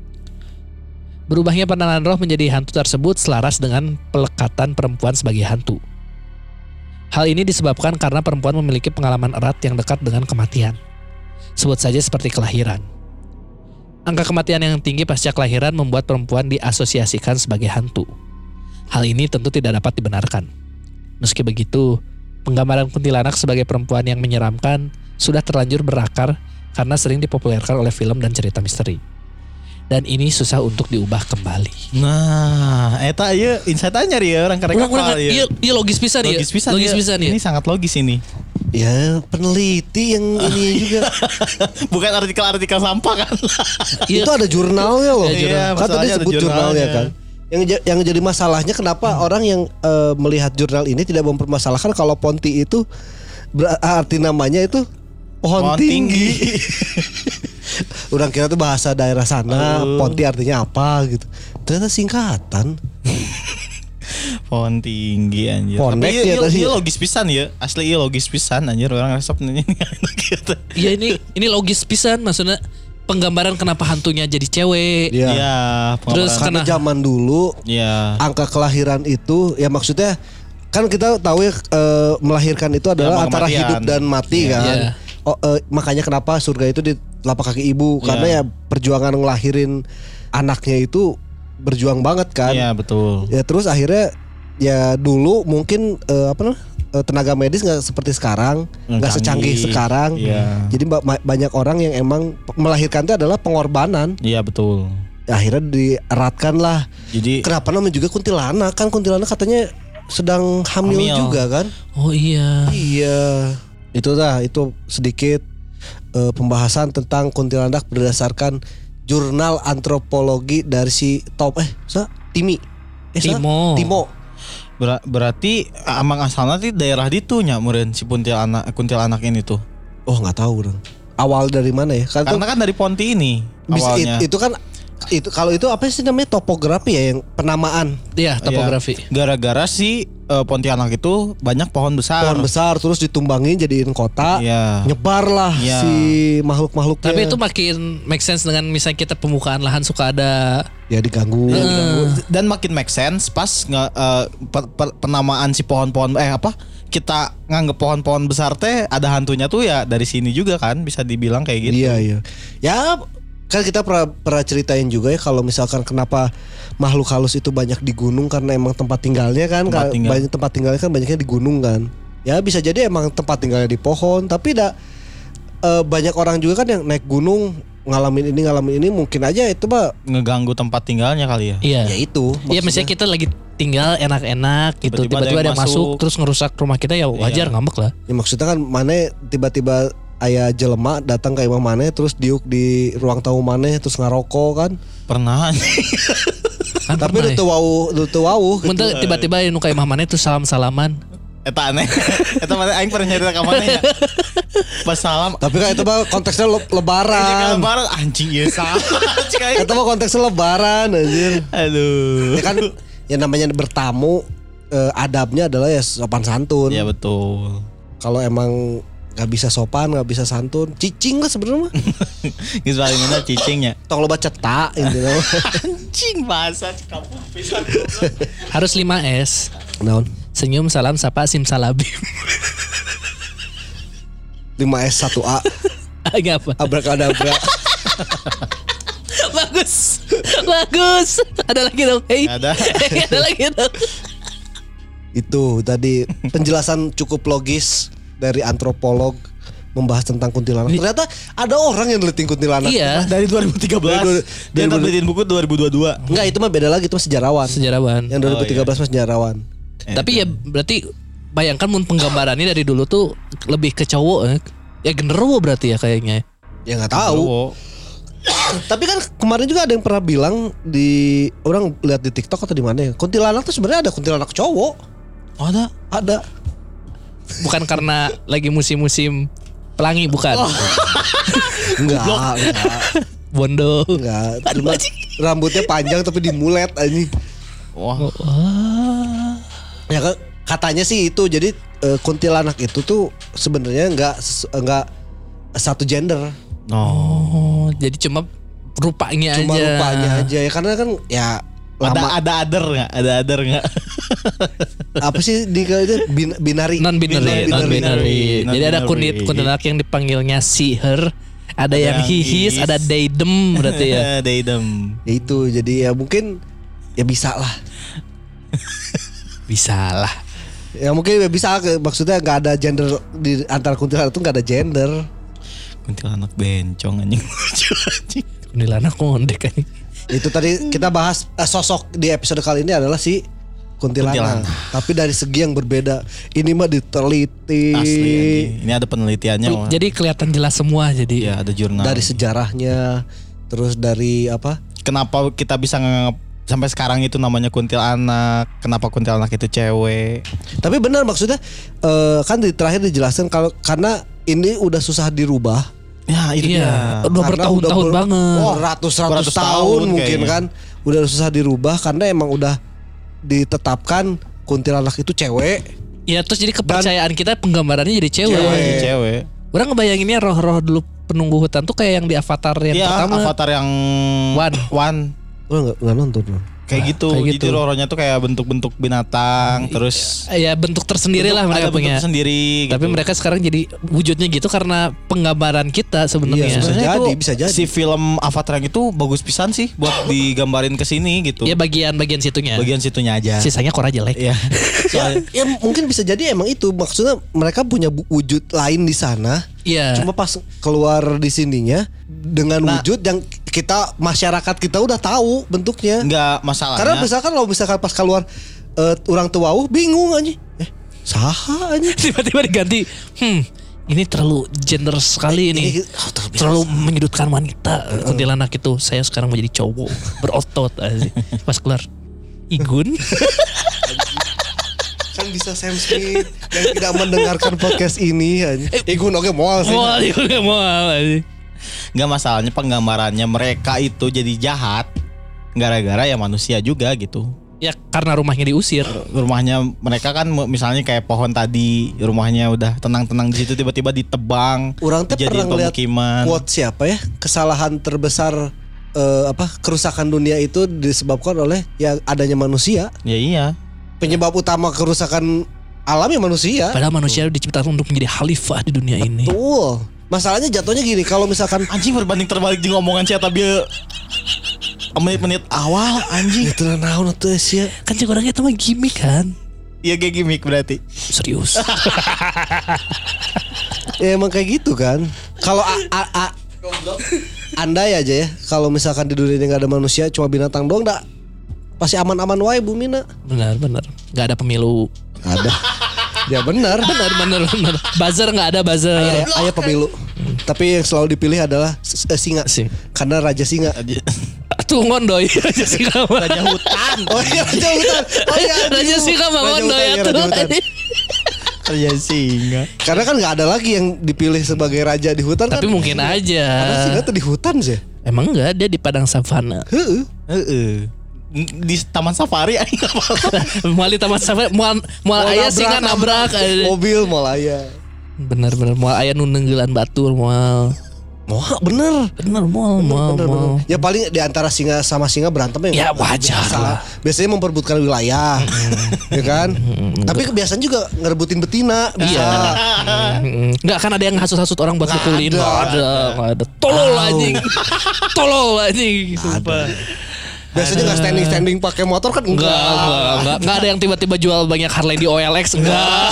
Berubahnya pandangan roh menjadi hantu tersebut selaras dengan pelekatan perempuan sebagai hantu. Hal ini disebabkan karena perempuan memiliki pengalaman erat yang dekat dengan kematian. Sebut saja seperti kelahiran. Angka kematian yang tinggi pasca kelahiran membuat perempuan diasosiasikan sebagai hantu. Hal ini tentu tidak dapat dibenarkan. Meski begitu, penggambaran kuntilanak sebagai perempuan yang menyeramkan sudah terlanjur berakar karena sering dipopulerkan oleh film dan cerita misteri. Dan ini susah untuk diubah kembali. Nah, eta ieu insight nyari ya orang karek kapal ya. Iya logis pisan ya. Logis pisan ya. Ini sangat logis ini. Ya peneliti yang ini juga. Bukan artikel-artikel sampah kan. Itu ada jurnalnya loh. Iya, kan tadi sebut jurnalnya kan. Yang jadi masalahnya kenapa orang yang melihat jurnal ini tidak mempermasalahkan kalau Ponti itu arti namanya itu pohon tinggi. Orang kira tuh bahasa daerah sana, Ponti artinya apa gitu. Ternyata singkatan. Pohon tinggi anjir. Pondek ya tadi. Iya logis pisan ya. Asli iya logis pisan anjir orang resep nanya gitu. Iya ini logis pisan maksudnya penggambaran kenapa hantunya jadi cewek. Iya. Terus karena zaman dulu angka kelahiran itu ya maksudnya kan kita tahu ya melahirkan itu adalah antara hidup dan mati kan. Makanya kenapa surga itu di telapak kaki ibu karena ya perjuangan ngelahirin anaknya itu berjuang banget kan. Iya betul. Ya terus akhirnya ya dulu mungkin tenaga medis nggak seperti sekarang, nggak secanggih sekarang. Jadi banyak orang yang emang melahirkan itu adalah pengorbanan. Iya betul. Akhirnya dieratkan lah. Jadi kenapa namanya juga kuntilanak kan? Kuntilanak katanya sedang hamil juga kan? Oh iya. Iya. Itu sedikit pembahasan tentang kuntilanak berdasarkan jurnal antropologi dari si Timo. Berarti amang asalna ti daerah ditu nya meureun si kuntilanak ini tuh. Oh nggak tahu orang. Awal dari mana ya? Karena kan dari Ponti ini awalnya. Itu kan kalau itu apa sih namanya topografi ya yang penamaan. Iya, topografi. Gara-gara si Pontianak itu banyak pohon besar. Pohon besar terus ditumbangin jadiin kota. Iya. Nyebarlah si makhluk-makhluknya. Tapi itu makin make sense dengan misalnya kita pembukaan lahan suka ada ya diganggu. Dan makin make sense pas penamaan si pohon-pohon kita nganggep pohon-pohon besar teh ada hantunya tuh ya dari sini juga kan bisa dibilang kayak gitu. Iya. Ya kan kita pernah ceritain juga ya kalau misalkan kenapa makhluk halus itu banyak di gunung karena emang tempat tinggalnya kan banyak tempat tinggalnya kan banyaknya di gunung kan. Ya bisa jadi emang tempat tinggalnya di pohon tapi banyak orang juga kan yang naik gunung ngalamin ini mungkin aja itu mah ngeganggu tempat tinggalnya kali ya. Iya. Ya itu. Iya misalnya kita lagi tinggal enak-enak gitu tiba-tiba ada yang masuk terus ngerusak rumah kita ya wajar ngambek lah. Ya maksudnya kan mana tiba-tiba aya jelema datang ke imah maneh terus diuk di ruang tamu maneh terus ngarokok kan. Pernah. Kan tapi itu wau. Mun tiba-tiba nu ka imah maneh terus salam-salaman. Eta aneh. Eta mana aing pernah nyari ka maneh ya. Pas salam. Tapi kan itu mah konteksnya lebaran. Lebaran anjing ieu salah. Itu mah konteksnya lebaran anjir. Aduh. Ya kan yang namanya bertamu adabnya adalah ya sopan santun. Iya betul. Kalau emang gak bisa sopan, gak bisa santun, cicing lah sebenarnya mah. Geus paling enak cicingnya. Tong loba cetak intinya. Anjing bahasa kampung pisan. Harus 5S. Naon? Senyum, salam, sapa, simsalabim. 5S 1A. Apa? Abrakadabra. Bagus. Ada lagi dong. Ada lagi dong. Itu tadi penjelasan cukup logis dari antropolog membahas tentang kuntilanak. Ternyata ada orang yang neliti kuntilanak. Iya. Dari 2013. Dia neliti buku 2022. Enggak, itu mah beda lagi, itu mah sejarawan. Yang 2013 mah sejarawan. Tapi ya berarti bayangkan mun penggambarannya dari dulu tuh lebih ke cowok. Ya genderuwo berarti ya kayaknya. Ya enggak tahu. Tapi kan kemarin juga ada yang pernah bilang di orang lihat di TikTok atau di mana ya. Kuntilanak tuh sebenarnya ada kuntilanak cowok. Ada. Bukan karena lagi musim-musim pelangi bukan? Enggak. Bondo. Enggak. Cuma rambutnya panjang tapi dimulet anjing. Wah. Ya katanya sih itu jadi kuntilanak itu tuh sebenarnya enggak satu gender. Oh, jadi cuma rupanya aja. Ya karena kan ya ada other nggak? Apa sih di itu binary? Non binary. Jadi ada kuntilanak yang dipanggilnya she her, ada yang he his, ada they them berarti ya. They them. Ya itu jadi ya mungkin ya bisa lah. Ya mungkin bisa maksudnya nggak ada gender di antara kuntilanak itu nggak ada gender. Kuntilanak bencong anjing. Kuntilanak ngondek anjing. Itu tadi kita bahas sosok di episode kali ini adalah si kuntilanak. Tapi dari segi yang berbeda. Ini mah diteliti. Asli anjing. Ini ada penelitiannya. Jadi kelihatan jelas semua jadi. Ya ada jurnal. Dari sejarahnya, terus dari apa? Kenapa kita bisa nganggap sampai sekarang itu namanya kuntilanak? Kenapa kuntilanak itu cewek? Tapi benar maksudnya kan di terakhir dijelaskan kalau karena ini udah susah dirubah. Ya itu dia. Udah bertahun-tahun banget. Oh, ratus tahun mungkin kayaknya. Kan. Udah susah dirubah karena emang udah ditetapkan kuntilanak itu cewek. Ya terus jadi kepercayaan kita penggambarannya jadi cewek. Orang ngebayanginnya roh-roh dulu penunggu hutan tuh kayak yang di Avatar yang pertama. Avatar yang One. Lo nggak nonton lo? Kayak gitu. Jadi roh-rohnya tuh kayak bentuk-bentuk binatang, terus ya bentuk tersendiri lah mereka punya. Bentuk sendiri. Tapi gitu. mereka sekarang jadi wujudnya gitu karena penggambaran kita sebenarnya. Iya, bisa jadi. Si film Avatar yang itu bagus pisan sih buat digambarin ke sini gitu. Ya bagian situnya. Bagian situnya aja. Sisanya kurang jelek. Iya. Ya mungkin bisa jadi emang itu maksudnya mereka punya wujud lain di sana. Iya. Cuma pas keluar di sininya dengan wujud yang kita masyarakat kita udah tahu bentuknya. Enggak masalahnya. Karena misalkan pas keluar orang tua bingung aja. Saha aja. Tiba-tiba diganti. Ini terlalu gender sekali ini. Terlalu menyudutkan wanita. Kuntilanak itu saya sekarang menjadi cowok berotot aja. Pas keluar Igun. Kan bisa Sam Smith yang tidak mendengarkan podcast ini. Gue oke moal sih. Moal. Nggak, masalahnya penggambarannya mereka itu jadi jahat gara-gara ya manusia juga gitu. Ya karena rumahnya diusir. Rumahnya mereka kan misalnya kayak pohon tadi, rumahnya udah tenang-tenang di situ tiba-tiba ditebang. Orang teh pernah ngeliat quote siapa ya? Kesalahan terbesar kerusakan dunia itu disebabkan oleh ya adanya manusia. Ya iya. Penyebab utama kerusakan alam ya manusia. Padahal manusia diciptakan untuk menjadi khalifah di dunia ini. Betul. Masalahnya jatuhnya gini, kalau misalkan anjing berbanding terbalik jeung omongan si eta bieu menit-menit awal anjing. Itu naon atuh sia. Kan cek orang itu mah gimmick kan. Iya kayak gimmick berarti. Serius. Ya emang kayak gitu kan. Kalau andai aja ya, kalau misalkan di dunia ini gak ada manusia, cuma binatang doang, dah pasti aman-aman wae bumina. Benar. Gak ada pemilu. Gak ada. Ya benar. Buzzer gak ada buzzer. Ayah pemilu. Tapi yang selalu dipilih adalah singa. Karena raja singa. Tuh ngondoy raja singa. Raja hutan. Oh iya raja hutan. Oh iya. Raja singa mah ngondoy atuh. Raja singa. Karena kan nggak ada lagi yang dipilih sebagai raja di hutan. Tapi kan mungkin aja. Karena singa tuh di hutan sih. Emang enggak, dia di padang savana. Di taman safari aing Moal di taman safari moal aya singa nabrak mobil moal aya. Bener moal aya nu nenggeulan batur moal. Bener. Ya paling di antara singa sama singa berantem ya wajar lah. Biasanya memperebutkan wilayah. Ya kan? Tapi kebiasaan juga ngerebutin betina bisa. Iya. Enggak kan ada yang hasut-hasut orang buat pukulin. Enggak ada. Tolol anjing. Sumpah. Biasanya enggak standing pakai motor kan enggak ada yang tiba-tiba jual banyak Harley di OLX enggak.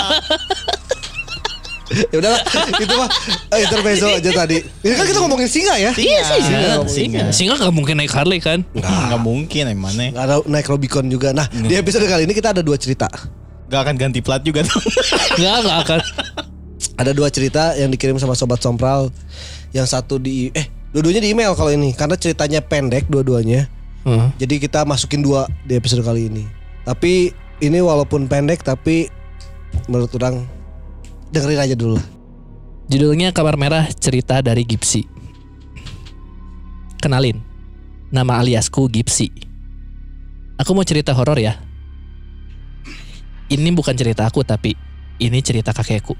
Ya udahlah, itu mah intermezzo aja tadi. Ini kan kita ngomongin singa ya. Iya, singa gak mungkin naik Harley kan? Gak mungkin emangnya. Gak ada naik Rubicon juga. Nah, di episode kali ini kita ada 2 cerita. Gak akan ganti plat juga tuh. Gak akan. Ada 2 cerita yang dikirim sama Sobat Sompral. Yang satu dua-duanya di email kalau ini. Karena ceritanya pendek dua-duanya. Jadi kita masukin 2 di episode kali ini. Tapi ini walaupun pendek tapi menurut orang dengerin aja dulu. Judulnya Kamar Merah, cerita dari Gipsy. Kenalin, nama aliasku Gipsy. Aku mau cerita horor ya. Ini bukan cerita aku tapi ini cerita kakekku.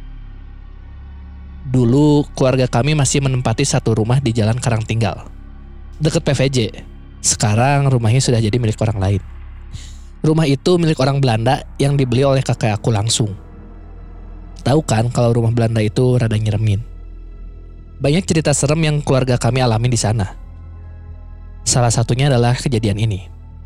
Dulu keluarga kami masih menempati satu rumah di Jalan Karangtinggal, dekat PVJ. Sekarang rumahnya sudah jadi milik orang lain. Rumah itu milik orang Belanda yang dibeli oleh kakek aku langsung. Tahu kan kalau rumah Belanda itu rada nyeremin. Banyak cerita serem yang keluarga kami alami di sana. Salah satunya adalah kejadian ini.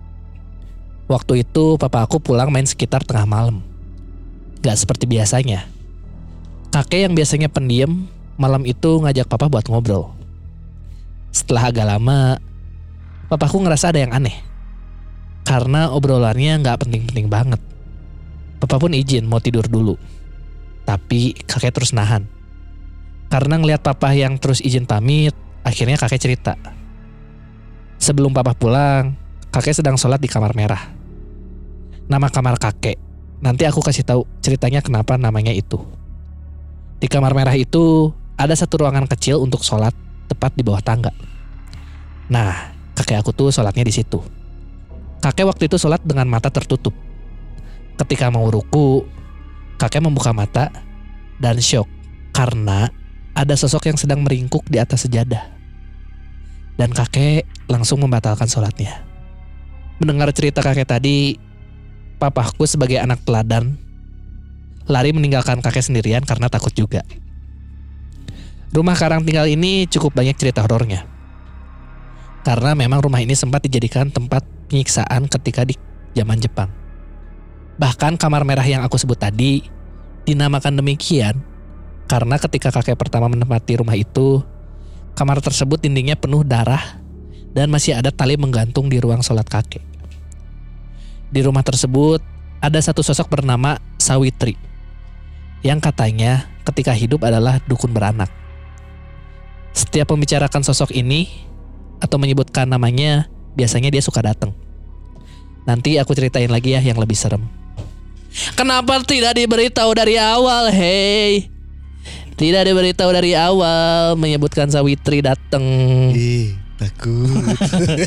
Waktu itu papa aku pulang main sekitar tengah malam. Gak seperti biasanya. Kakek yang biasanya pendiam, malam itu ngajak papa buat ngobrol. Setelah agak lama, papaku ngerasa ada yang aneh. Karena obrolannya gak penting-penting banget. Papa pun izin mau tidur dulu. Tapi kakek terus nahan. Karena ngelihat papa yang terus izin pamit, akhirnya kakek cerita. Sebelum papa pulang, kakek sedang sholat di kamar merah. Nama kamar kakek, nanti aku kasih tahu ceritanya kenapa namanya itu. Di kamar merah itu ada satu ruangan kecil untuk sholat tepat di bawah tangga. Nah, kakek aku tuh sholatnya di situ. Kakek waktu itu sholat dengan mata tertutup. Ketika mau ruku, kakek membuka mata dan syok karena ada sosok yang sedang meringkuk di atas sejadah. Dan kakek langsung membatalkan sholatnya. Mendengar cerita kakek tadi, papaku sebagai anak teladan lari meninggalkan kakek sendirian karena takut juga. Rumah Karangtinggal ini cukup banyak cerita horornya. Karena memang rumah ini sempat dijadikan tempat penyiksaan ketika di zaman Jepang. Bahkan kamar merah yang aku sebut tadi dinamakan demikian karena ketika kakek pertama menempati rumah itu, kamar tersebut dindingnya penuh darah dan masih ada tali menggantung di ruang sholat kakek. Di rumah tersebut ada satu sosok bernama Sawitri yang katanya ketika hidup adalah dukun beranak. Setiap membicarakan sosok ini atau menyebutkan namanya, biasanya dia suka datang. Nanti aku ceritain lagi ya yang lebih serem. Kenapa tidak diberitahu dari awal? Hei. Tidak diberitahu dari awal menyebutkan Sawitri datang. Takut.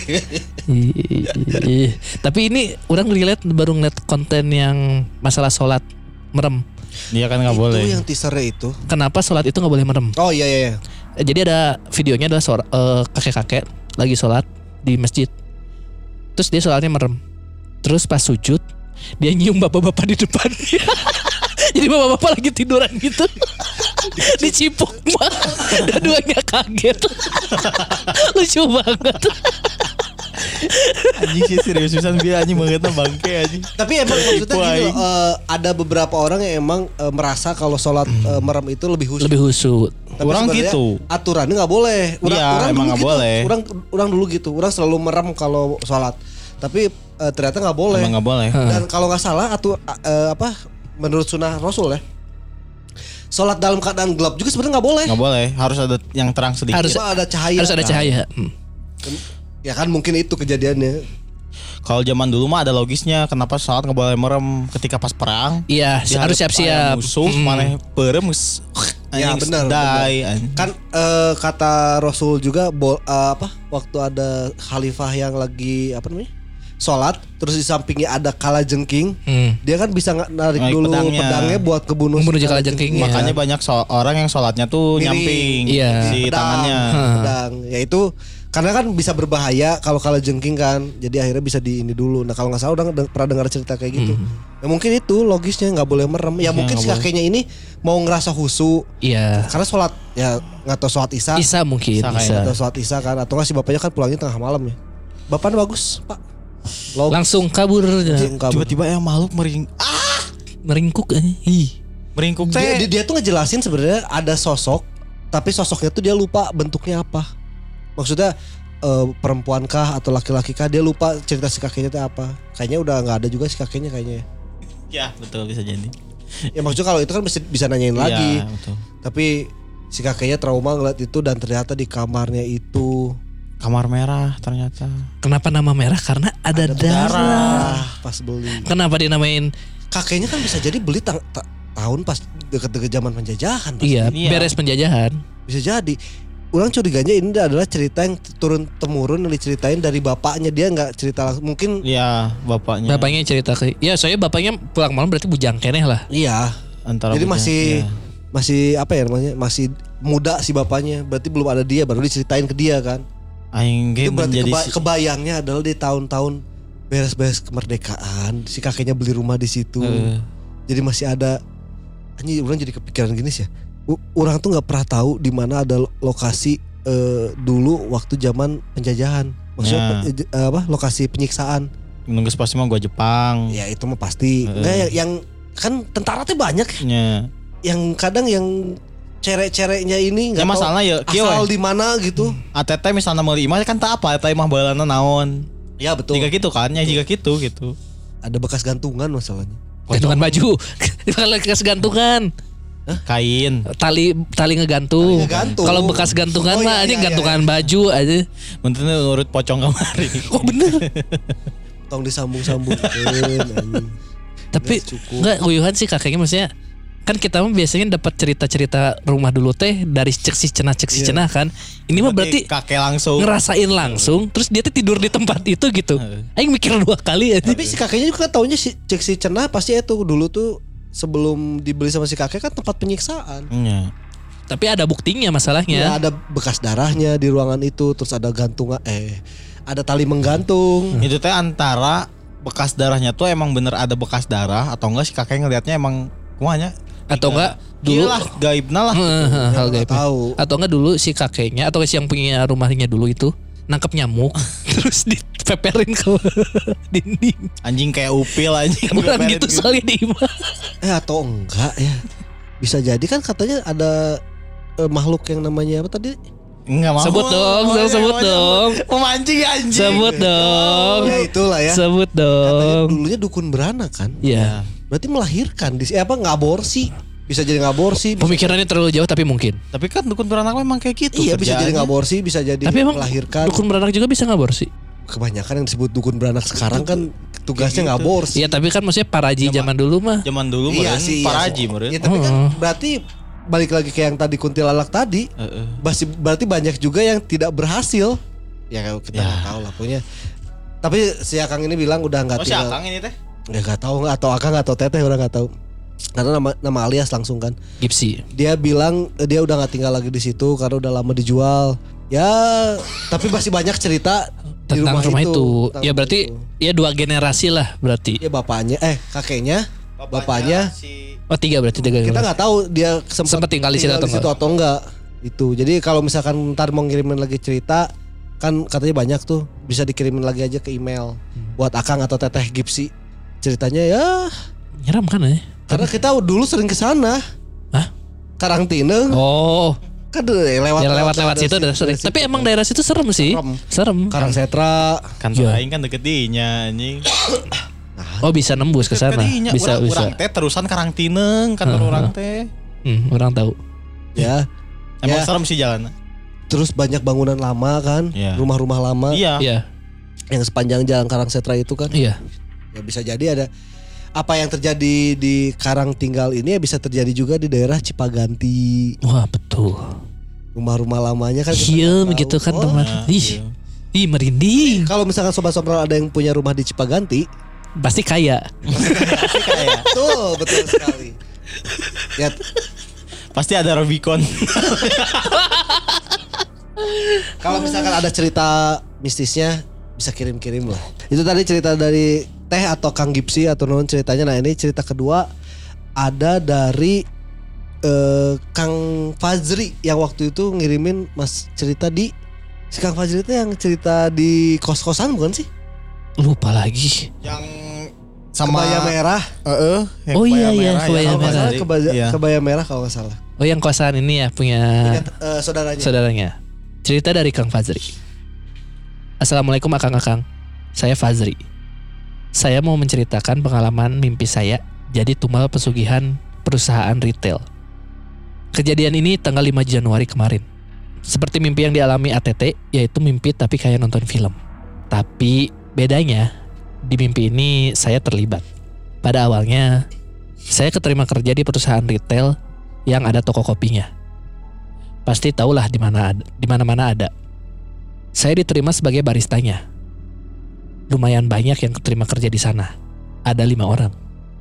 Tapi ini orang baru ngeliat konten yang masalah sholat merem. Dia kan nggak boleh. Itu yang teasernya itu. Kenapa sholat itu nggak boleh merem? Oh iya. Jadi ada videonya adalah kakek-kakek lagi sholat di masjid. Terus dia sholatnya merem. Terus pas sujud dia nyium bapak-bapak di depannya. Jadi bapak-bapak lagi tiduran gitu. Dicipuk mah. Dua-duanya kaget. Lucu banget. Anjing sih serius pisan biar anjing bangetna bangke anjing. Tapi emang maksudnya gini loh, ada beberapa orang yang emang merasa kalau sholat merem itu lebih khusyuk. Lebih khusyuk. Orang gitu. Aturannya nggak boleh. Orang emang nggak boleh. Orang dulu gitu. Orang selalu merem kalau sholat. Tapi ternyata nggak boleh. Emang nggak boleh. Dan kalau nggak salah menurut sunnah Rasul ya, sholat dalam keadaan gelap juga sebenarnya nggak boleh. Nggak boleh. Harus ada yang terang sedikit. Harus ada cahaya. Harus ada cahaya. Ya kan mungkin itu kejadiannya. Kalau zaman dulu mah ada logisnya kenapa sholat nggak boleh merem ketika pas perang. Iya, harus siap-siap. Musuh mana perem. Ya benar. Kan kata Rasul juga waktu ada khalifah yang lagi sholat terus di sampingnya ada kalajengking, dia kan bisa narik dulu pedangnya buat kebunuh kalajengking. Makanya banyak orang yang sholatnya tuh nyamping si tangannya. Pedang. Ya itu karena kan bisa berbahaya kalau kalajengking kan. Jadi akhirnya bisa di ini dulu. Nah kalau nggak salah udah pernah dengar cerita kayak gitu. Ya mungkin itu logisnya nggak boleh merem. Ya mungkin si kakeknya ini mau ngerasa khusyuk. Iya. Karena sholat ya nggak tahu sholat isya. Isya mungkin. Atau sholat isya kan. Atau nggak si bapaknya kan pulangnya tengah malam ya. Bapaknya bagus pak. Langsung kabur. Tiba-tiba yang makhluk meringkuk. Meringkuk teh. Dia tuh ngejelasin sebenarnya ada sosok, tapi sosoknya tuh dia lupa bentuknya apa. Maksudnya perempuan kah atau laki-laki kah, dia lupa cerita si kakeknya itu apa. Kayaknya udah nggak ada juga si kakeknya kayaknya. Ya betul bisa jadi. Ya maksudnya kalau itu kan bisa nanyain lagi. Betul. Tapi si kakeknya trauma ngeliat itu dan ternyata di kamarnya itu kamar merah ternyata. Kenapa nama merah? Karena ada darah. Pas beli. Kenapa dinamain? Kakeknya kan bisa jadi beli tahun pas deket-deket zaman penjajahan. Iya, beres penjajahan. Bisa jadi. Orang curiganya ini adalah cerita yang turun temurun yang diceritain dari bapaknya. Dia nggak cerita langsung. Mungkin iya bapaknya. Bapaknya cerita ke. Ya soalnya bapaknya pulang malam berarti bujang keneh lah. Iya. Antara jadi masih apa ya namanya? Masih muda si bapaknya. Berarti belum ada dia baru diceritain ke dia kan. Itu berarti kebayangnya adalah di tahun-tahun beres-beres kemerdekaan si kakeknya beli rumah di situ. Jadi masih ada. Anjir, orang jadi kepikiran gini sih ya. Orang tuh nggak pernah tahu di mana ada lokasi dulu waktu zaman penjajahan. Maksudnya lokasi penyiksaan. Nunggu pasti mah gua Jepang. Ya itu mah pasti. Nggak yang kan tentara tuh banyak. Ya. Yang kadang yang cere-cereknya ini nggak masalah ya asal di mana gitu. ATT misalnya mau imah kan tak apa, eta imah balana naon. Ya betul. Jika gitu kan, ya jika gitu. Ada bekas gantungan masalahnya. Gantungan baju. Bekas gantungan. Kain. Tali ngegantung. Kalau bekas gantungan mah ini gantungan baju aja. Menteri urut pocong kamari. Oh bener. Tong disambung-sambung. Tapi enggak uyuhan sih kakeknya maksudnya. Kan kita mah biasanya dapat cerita-cerita rumah dulu teh dari cek si cenah kan. Ini mah berarti kakek langsung ngerasain langsung. Terus dia tuh tidur di tempat itu gitu. Aing mikir 2 kali aja. Tapi si kakeknya juga taunya si cek si cenah pasti itu dulu tuh sebelum dibeli sama si kakek kan tempat penyiksaan. Iya. Tapi ada buktinya masalahnya. Ya, ada bekas darahnya di ruangan itu, terus ada gantungan ada tali menggantung. Itu teh antara bekas darahnya tuh emang bener ada bekas darah atau enggak si kakek ngelihatnya emang kumanya atau enggak dulu lah gaibna lah hal gaib tahu. Atau enggak dulu si kakeknya atau si yang punya rumahnya dulu itu nangkep nyamuk terus dipeperin ke dinding. Anjing kayak upil anjing. Bukan gitu soalnya di imah. Atau enggak ya. Bisa jadi kan katanya ada makhluk yang namanya apa tadi? Enggak mau. Sebut dong. Memancing anjing. Sebut dong. Ya itulah ya. Sebut dong. Katanya dulunya dukun beranak kan? Iya. Berarti melahirkan ngaborsi. Bisa jadi ngaborsi. Pemikirannya terlalu jauh tapi mungkin. Tapi kan dukun beranak memang kayak gitu. Iya bisa jadi ngaborsi, bisa jadi tapi melahirkan. Dukun beranak juga bisa ngaborsi. Kebanyakan yang disebut dukun beranak sekarang kan tugasnya ngabor sih. Iya, tapi kan maksudnya paraji zaman dulu mah. Zaman dulu Iya meureun sih, paraji iya. meureun. Ya, tapi kan berarti balik lagi ke yang tadi kuntilanak tadi. Berarti banyak juga yang tidak berhasil. Ya kita nggak tahu lah pokoknya. Tapi si Akang ini bilang udah nggak si tinggal. Akang ini teh? Ya nggak tahu atau Akang atau Teteh udah nggak tahu. Karena nama alias langsung kan. Gipsy. Dia bilang dia udah nggak tinggal lagi di situ karena udah lama dijual. Ya, tapi masih banyak cerita di tentang rumah itu. Ya berarti itu. ya 2 generasi lah berarti. Ya bapaknya, kakeknya, bapaknya. Oh 3 berarti 3 generasi. Kita nggak tahu dia sempat tinggal di situ atau enggak. Itu. Jadi kalau misalkan ntar mau ngirimin lagi cerita, kan katanya banyak tuh, bisa dikirimin lagi aja ke email buat Akang atau Teteh Gipsy. Ceritanya ya nyeram kan ya? karena kita dulu sering ke sana. Hah? Karangtineng. Oh. Kan lewat situ udah sering. Tapi emang daerah situ serem sih. Serem. Karangsetra. Kantor aing kan deket dinya anjing. Oh bisa nembus ke sana. Bisa. Urang teh terusan Karangtineng kantor urang teh. Orang tahu. Ya. Emang serem sih jalan. Terus banyak bangunan lama kan, rumah-rumah lama. Iya. Yang sepanjang jalan Karangsetra itu kan. Iya. Ya bisa jadi ada apa yang terjadi di Karangtinggal ini ya bisa terjadi juga di daerah Cipaganti. Wah betul. Rumah-rumah lamanya kan. Iya begitu kan teman. Ih merinding. Kalau misalkan sobat-sobat ada yang punya rumah di Cipaganti, pasti kaya. Pasti kaya. Betul sekali. Ya. Pasti ada Rubicon. Kalau misalkan ada cerita mistisnya bisa kirim-kirim lah. Itu tadi cerita dari Teh atau Kang Gipsy atau non ceritanya. Nah ini cerita kedua ada dari Kang Fazri yang waktu itu ngirimin mas cerita di si Kang Fazri itu yang cerita di kos-kosan bukan sih? Lupa lagi. Yang sama kebaya merah. Oh iya kebaya merah. Kebaya merah kalau nggak salah. Oh yang kosan ini ya punya saudaranya. Cerita dari Kang Fazri. Assalamualaikum akang-akang. Saya Fazri. Saya mau menceritakan pengalaman mimpi saya jadi tumbal pesugihan perusahaan retail. Kejadian ini tanggal 5 Januari kemarin. Seperti mimpi yang dialami ATT, yaitu mimpi tapi kayak nonton film. Tapi bedanya, di mimpi ini saya terlibat. Pada awalnya, saya keterima kerja di perusahaan retail yang ada toko kopinya. Pasti tahulah di mana-mana ada. Saya diterima sebagai baristanya. Lumayan banyak yang keterima kerja di sana. Ada 5 orang.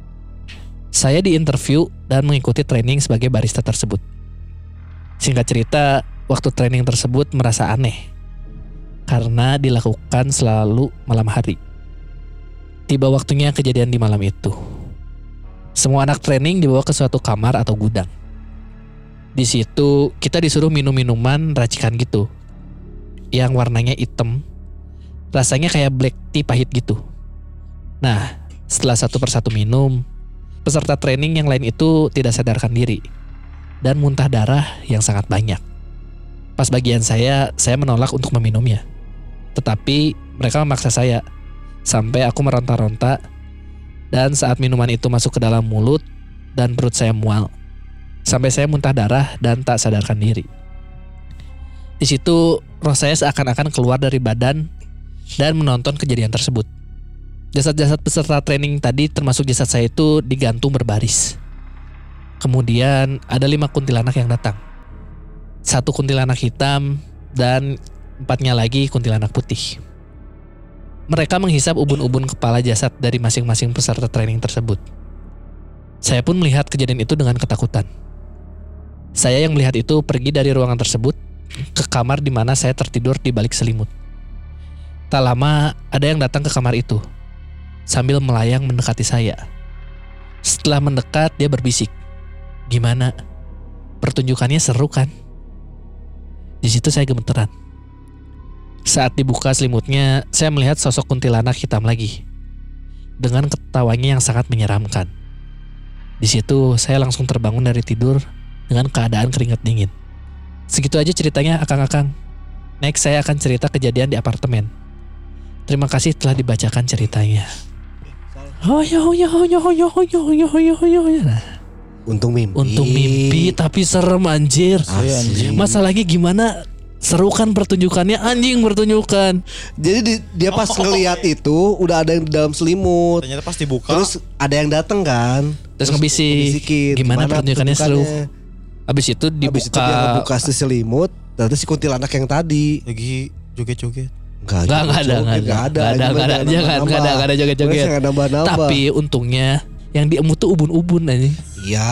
Saya diinterview dan mengikuti training sebagai barista tersebut. Singkat cerita, waktu training tersebut merasa aneh. Karena dilakukan selalu malam hari. Tiba waktunya kejadian di malam itu. Semua anak training dibawa ke suatu kamar atau gudang. Di situ kita disuruh minum minuman racikan gitu. Yang warnanya hitam. Rasanya kayak black tea pahit gitu. Nah, setelah satu persatu minum, peserta training yang lain itu tidak sadarkan diri dan muntah darah yang sangat banyak. Pas bagian saya menolak untuk meminumnya. Tetapi mereka memaksa saya sampai aku meronta-ronta dan saat minuman itu masuk ke dalam mulut dan perut saya mual. Sampai saya muntah darah dan tak sadarkan diri. Di situ roh saya seakan-akan keluar dari badan dan menonton kejadian tersebut. Jasad-jasad peserta training tadi termasuk jasad saya itu digantung berbaris. Kemudian ada 5 kuntilanak yang datang. 1 kuntilanak hitam dan 4-nya lagi kuntilanak putih. Mereka menghisap ubun-ubun kepala jasad dari masing-masing peserta training tersebut. Saya pun melihat kejadian itu dengan ketakutan. Saya yang melihat itu pergi dari ruangan tersebut ke kamar di mana saya tertidur di balik selimut. Tak lama ada yang datang ke kamar itu sambil melayang mendekati saya. Setelah mendekat dia berbisik, "Gimana? Pertunjukannya seru kan?" Di situ saya gemeteran. Saat dibuka selimutnya, saya melihat sosok kuntilanak hitam lagi dengan ketawanya yang sangat menyeramkan. Di situ saya langsung terbangun dari tidur dengan keadaan keringat dingin. Segitu aja ceritanya akang-akang. Next saya akan cerita kejadian di apartemen. Terima kasih telah dibacakan ceritanya. Untung mimpi. Untung mimpi tapi serem anjir. Masalahnya gimana Seru kan pertunjukannya, anjing pertunjukan. Jadi dia pas ngelihat itu udah ada yang di dalam selimut. Ternyata pas dibuka. Terus ada yang datang kan. Terus ngebisikin gimana pertunjukannya seru. Habis itu dibuka. Dia ngebuka si selimut. Ternyata si kuntilanak yang tadi lagi joget-joget. Enggak ada joget-joget. Tapi untungnya yang diemut tuh ubun-ubun aja. Iya.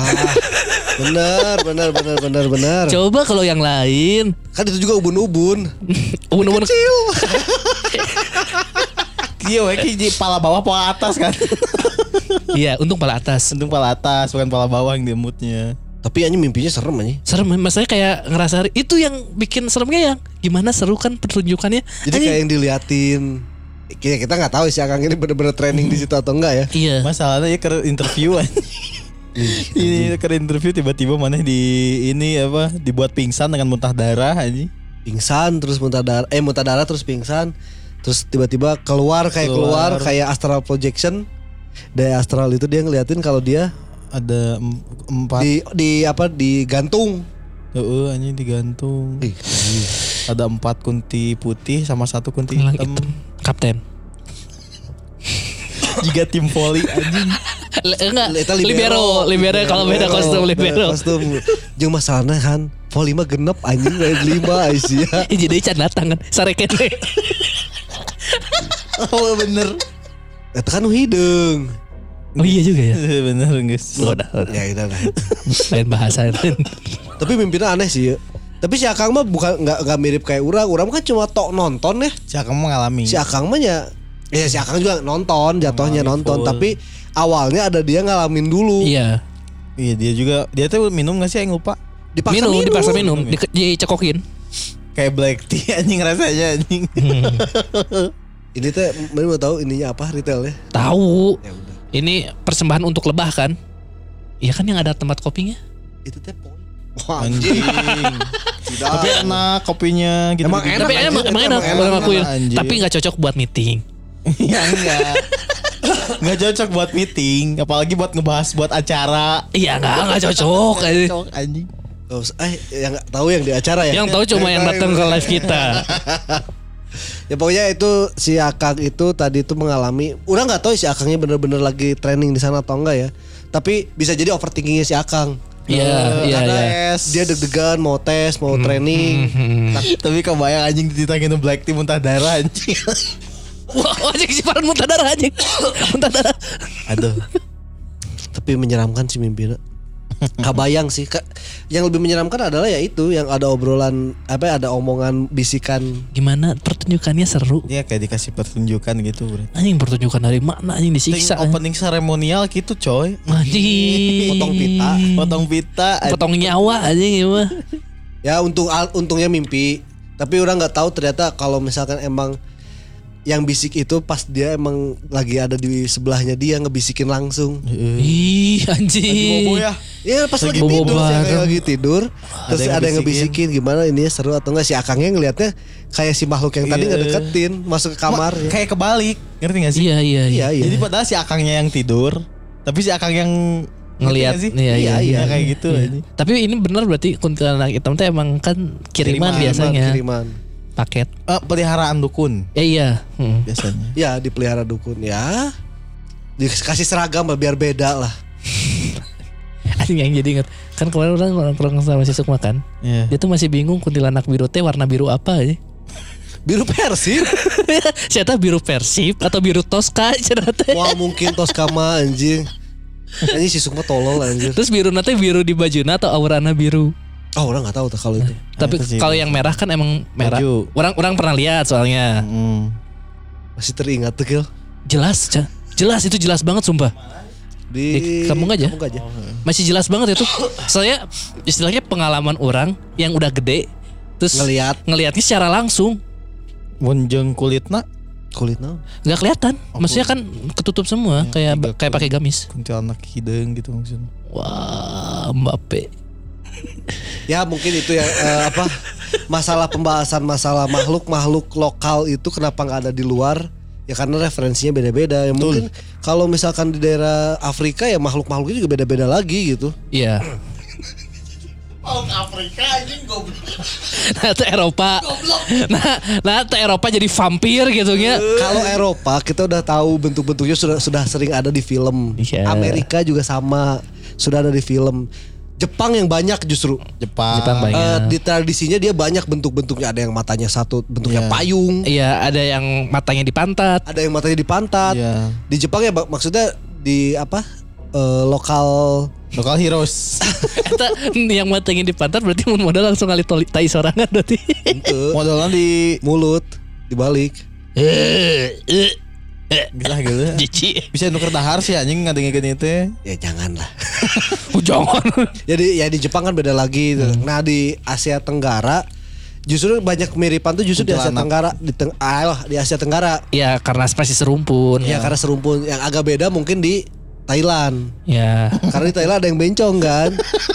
Benar. Coba kalau yang lain, kan itu juga ubun-ubun. Ubun-ubun kecil. Iya, di pala bawah pala atas kan. Iya, untung pala atas. Untung pala atas bukan pala bawah yang diemutnya. Tapi anjing mimpinya serem anjing. Serem, maksudnya kayak ngerasa itu yang bikin seremnya yang gimana seru kan pertunjukannya. Jadi kayak yang diliatin. Kita nggak tahu sih Akang ini bener-bener training di situ atau enggak ya. Iya. Masalahnya ya ke interview ini ke interview tiba-tiba mana dibuat pingsan dengan muntah darah aja. Pingsan terus muntah darah terus pingsan. Terus tiba-tiba keluar kayak astral projection. Dari astral itu dia ngeliatin kalau dia ada 4 digantung. Anjing digantung. Ada 4 kunti putih sama 1 kunti hitam. Kapten. Jika tim volley anjing. Enggak, libero kalau beda kostum libero. Kostum. Jeung masalahnya kan volley mah genep anjing kayak 5 Aisyah. Jadi can datang kan sareket. Oh bener. Eta kan hideung. Oh iya juga ya. Bener guys. Udah. Ya udah. Lain bahasa. Tapi mimpinya aneh sih ya. Tapi si Akang mah bukan enggak mirip kayak urang kan cuma tok nonton ya. Si Akang mah ngalami. Si Akang mah ya si Akang juga nonton, jatuhnya nonton full. Tapi awalnya ada dia ngalamin dulu. Iya. Iya dia tuh minum enggak sih yang lupa? Dipaksa minum, dicekokin. Kayak black tea anjing rasanya anjing. Ini teh mau tahu ininya apa retailnya? Tahu. Ya udah. Ini persembahan untuk lebah kan? Iya kan yang ada tempat kopinya? Itu teh poin. Wah, anjing. Tapi enak kopinya gitu. Emang enak. Tapi enggak cocok buat meeting. Iya enggak. Enggak cocok buat meeting, apalagi buat ngebahas buat acara. Iya enggak cocok anjing. Yang enggak tahu yang di acara ya. Yang tahu cuma yang datang ke live kita. Ya pokoknya itu si Akang itu tadi itu mengalami, udah nggak tahu si Akangnya bener-bener lagi training di sana atau enggak ya. Tapi bisa jadi overthinkingnya si Akang. Iya. Dia deg-degan mau tes, mau training. Tapi kebayang anjing ditangin black tea muntah darah anjing. Wah, anjing si Farhan muntah darah anjing. Muntah darah. Aduh. Tapi menyeramkan sih mimpinya. Kabayang sih. Yang lebih menyeramkan adalah ya itu yang ada obrolan ada omongan bisikan. Gimana pertunjukannya seru? Iya kayak dikasih pertunjukan gitu, bro. Anjing pertunjukan dari mana anjing disiksa. Opening seremonial gitu, coy. Anjing. Potong pita. Potong nyawa anjing mah. Ya untungnya mimpi. Tapi orang enggak tahu ternyata kalau misalkan emang yang bisik itu pas dia emang lagi ada di sebelahnya dia ngebisikin langsung. Ih anjing. Lagi bobo ya. Iya pas lagi tidur lagi tidur. Terus ada yang ngebisikin gimana ini seru atau enggak. Si Akangnya ngelihatnya kayak si makhluk yang tadi ngedeketin masuk ke kamar. Kayak kebalik. Ngerti gak sih? Iya. Jadi padahal si Akangnya yang tidur, tapi si Akang yang ngelihat. Iya kayak gitu aja. Tapi ini benar berarti kuntilanak hitam teh emang kan kiriman biasanya. Paket. Peliharaan dukun. Iya. Biasanya. Ya dipelihara dukun ya. Dikasih seragam biar beda lah. Anjing yang jadi inget. Kan kemarin orang sama si Sukma kan. Yeah. Dia tuh masih bingung kuntilanak biru teh warna biru apa ya. Biru Persib. Siapa biru Persib atau biru Tosca cerita. Wah mungkin Tosca mah anjing. Anjing si Sukma tolol anjing. Terus biru nanti biru di bajunya atau aurana biru. Oh orang nggak tahu tuh kalau itu. Tapi kalau yang merah kan emang merah. Orang pernah lihat soalnya. Masih teringat tuh Gil. Jelas itu jelas banget sumpah. Di kampung aja. Masih jelas banget itu. Saya istilahnya pengalaman orang yang udah gede terus ngelihatnya secara langsung. Bonjeng kulitna nggak kelihatan. Maksudnya kan ketutup semua kayak pakai gamis. Kuntilanak hideung gitu maksudnya. Wah, Mbappe. Ya mungkin itu ya masalah pembahasan masalah makhluk lokal itu kenapa nggak ada di luar ya karena referensinya beda-beda ya. Mungkin kalau misalkan di daerah Afrika ya makhluk-makhluknya juga beda-beda lagi gitu. Iya. Laut Afrika anjing goblok. Nah itu Eropa. Nah itu Eropa jadi vampir gitu nya. Kalau Eropa kita udah tahu bentuk-bentuknya sudah sering ada di film. Iya. Amerika juga sama, sudah ada di film. Jepang yang banyak justru. Jepang banyak. Di tradisinya dia banyak bentuk-bentuknya. Ada yang matanya satu bentuknya payung. Iya, ada yang matanya di pantat. Ada yang matanya di pantat. Iya. Di Jepang ya maksudnya di apa? Lokal heroes. Eta yang matanya di pantat berarti mun modal langsung kali tai sorangan berarti. Modelnya di mulut dibalik. Gila gitu. Cici. Bisa nuker dahar sih anjing ngadengin itu. Ya janganlah. Jangan. Jadi ya di Jepang kan beda lagi. Nah di Asia Tenggara justru banyak kemiripan tuh justru di Asia Tenggara di Asia Tenggara. Ya karena spesies serumpun. Ya karena serumpun. Yang agak beda mungkin di Thailand. Ya. Karena di Thailand ada yang bencong kan.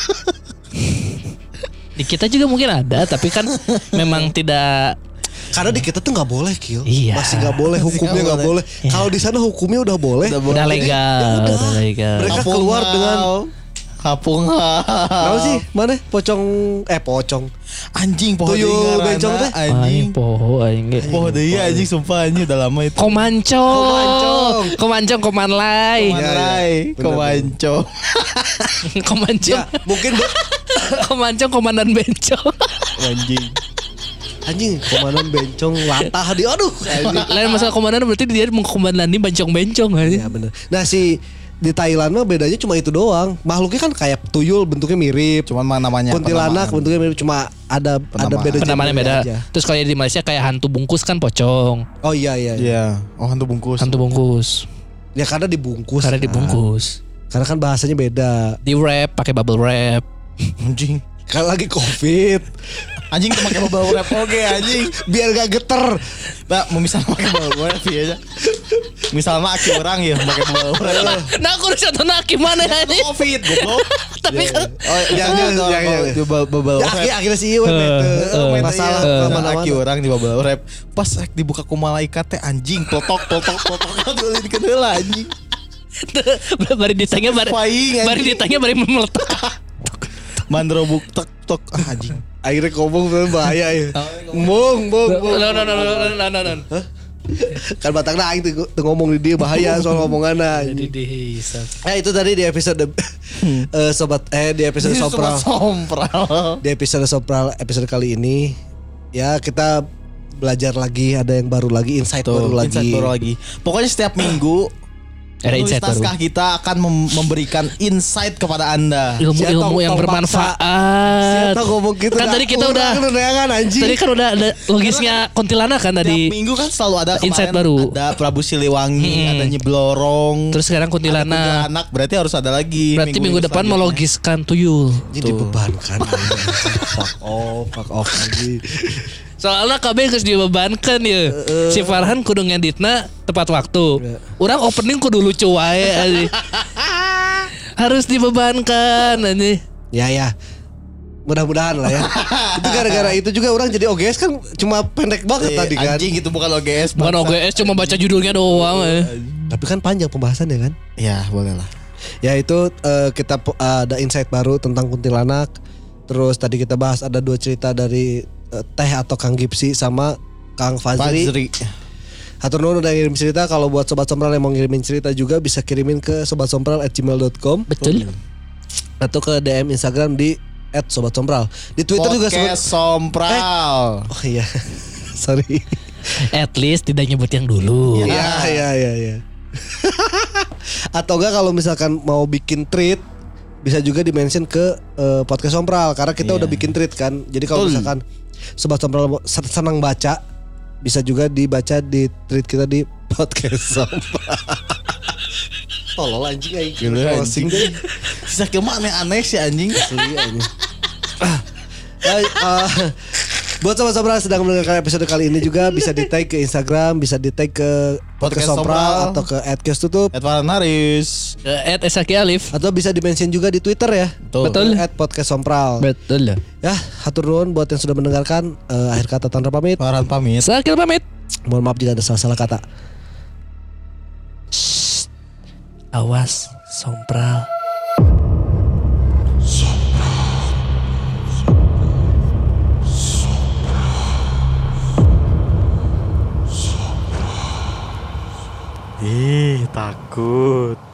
Di kita juga mungkin ada, tapi kan memang tidak. Karena di kita tuh nggak boleh Kil. Iya. Masih nggak boleh, hukumnya nggak boleh. Iya. Kalau di sana hukumnya udah boleh. Udah legal. Ya Udah legal. Mereka keluar dengan Kapung. Tahu sih mana pocong Anjing poho tuyul deui bencong teh. Anjing poho anjing. Poho deui anjing sumpah anjing udah lama itu. Komancong komanlai. Komanco. Komancong. Ya mungkin Komancong komandan bencong. anjing komandan bencong latah di aduh. Lain masalah komandan berarti dia mengkomandani bencong-bencong Ya bener. Nah di Thailand mah bedanya cuma itu doang. Makhluknya kan kayak tuyul bentuknya mirip. Cuman namanya kuntilanak bentuknya mirip, cuma ada beda penamaannya beda. aja. Terus kalau di Malaysia kayak hantu bungkus kan pocong. Oh iya. Iya. Oh hantu bungkus. Hantu bungkus. Ya karena dibungkus. Karena kan. dibungkus. Karena kan bahasanya beda. Di wrap pakai bubble wrap. Anjing. Kan lagi Covid. Anjing tuh pakai bubble wrap oke anjing. Biar gak geter. Nah, mau misalnya pakai bubble wrap ya. Misalnya aki orang ya pakai bubble wrap. Nah aku udah contoh nak gimana anjing. Covid goblok. Tapi kan Jangan. bubble Ya, wrap. akhirnya sih masalah kemana-mana aki orang di bubble wrap. Pas dibuka ku malaikat teh anjing totok di kedela anjing. bari ditanya bari meletak. Mandrobuk tok anjing. Akhirnya ngomong bahaya ya. Bong. No. Kan batangna aing tuh ngomong di dia bahaya soal ngomonganna. Jadi dihisap. Itu tadi di episode di episode Sopral. Di episode Sopral episode kali ini ya kita belajar lagi, ada yang baru lagi, insight baru lagi. Pokoknya setiap minggu ada insight baru. Naskah kita akan memberikan insight kepada Anda. Ilmu yang bermanfaat. Siapa ngomong gitu? Kan tadi kita udah Tadi kan udah ada logisnya kuntilanak kan tadi. Tiap minggu kan selalu ada insight baru. Ada Prabu Siliwangi, ada Nyi Blorong. Terus sekarang kuntilanak. Berarti harus ada lagi. Berarti minggu depan melogiskan tuyul. Jadi bebankan. Fuck off lagi. Soalnya KB geus dibebankan ya. Si Farhan kudu ngeditna tepat waktu. Urang opening kudu lucu wae. Harus dibebankan anjing. Ya. Mudah-mudahan lah ya. Itu gara-gara itu juga orang jadi OGS kan cuma pendek banget tadi kan. Anjing itu bukan OGS. Bukan OGS cuma baca judulnya doang. Tapi kan panjang pembahasannya kan. Ya boleh lah. Ya itu kita ada insight baru tentang kuntilanak. Terus tadi kita bahas ada 2 cerita dari Teh atau Kang Gipsi sama Kang Fazri. Hatur nuhun udah ngirim cerita. Kalau buat Sobat Sompral yang mau ngirimin cerita juga bisa kirimin ke sobatsompral@gmail.com. Betul. Atau ke DM Instagram di @sobatsompral. Di Twitter juga Sompral. Oh iya. Sorry. At least tidak nyebut yang dulu. Iya. Atau enggak kalau misalkan mau bikin tweet bisa juga di-mention ke podcast Sompral karena kita udah bikin tweet kan. Jadi kalau misalkan Sobat Sompral senang baca bisa juga dibaca di tweet kita di podcast Sompral. Tolol anjing aing. Closing deh. Sisa kemana aneh sih anjing. Asli anjing. Buat sobat-sobat sedang mendengarkan episode kali ini juga bisa di-tag ke Instagram, bisa di-tag ke podcast Sompral atau ke @kios_tutup, Farhan Haris, @esaki_alif atau bisa di-mention juga di Twitter ya. Betul. @podcast Sompral. Betul. Ya, hatur nuhun buat yang sudah mendengarkan. Akhir kata Tanra pamit. Farhan pamit. Sakil pamit. Mohon maaf jika ada salah-salah kata. Awas Sompral. Takut.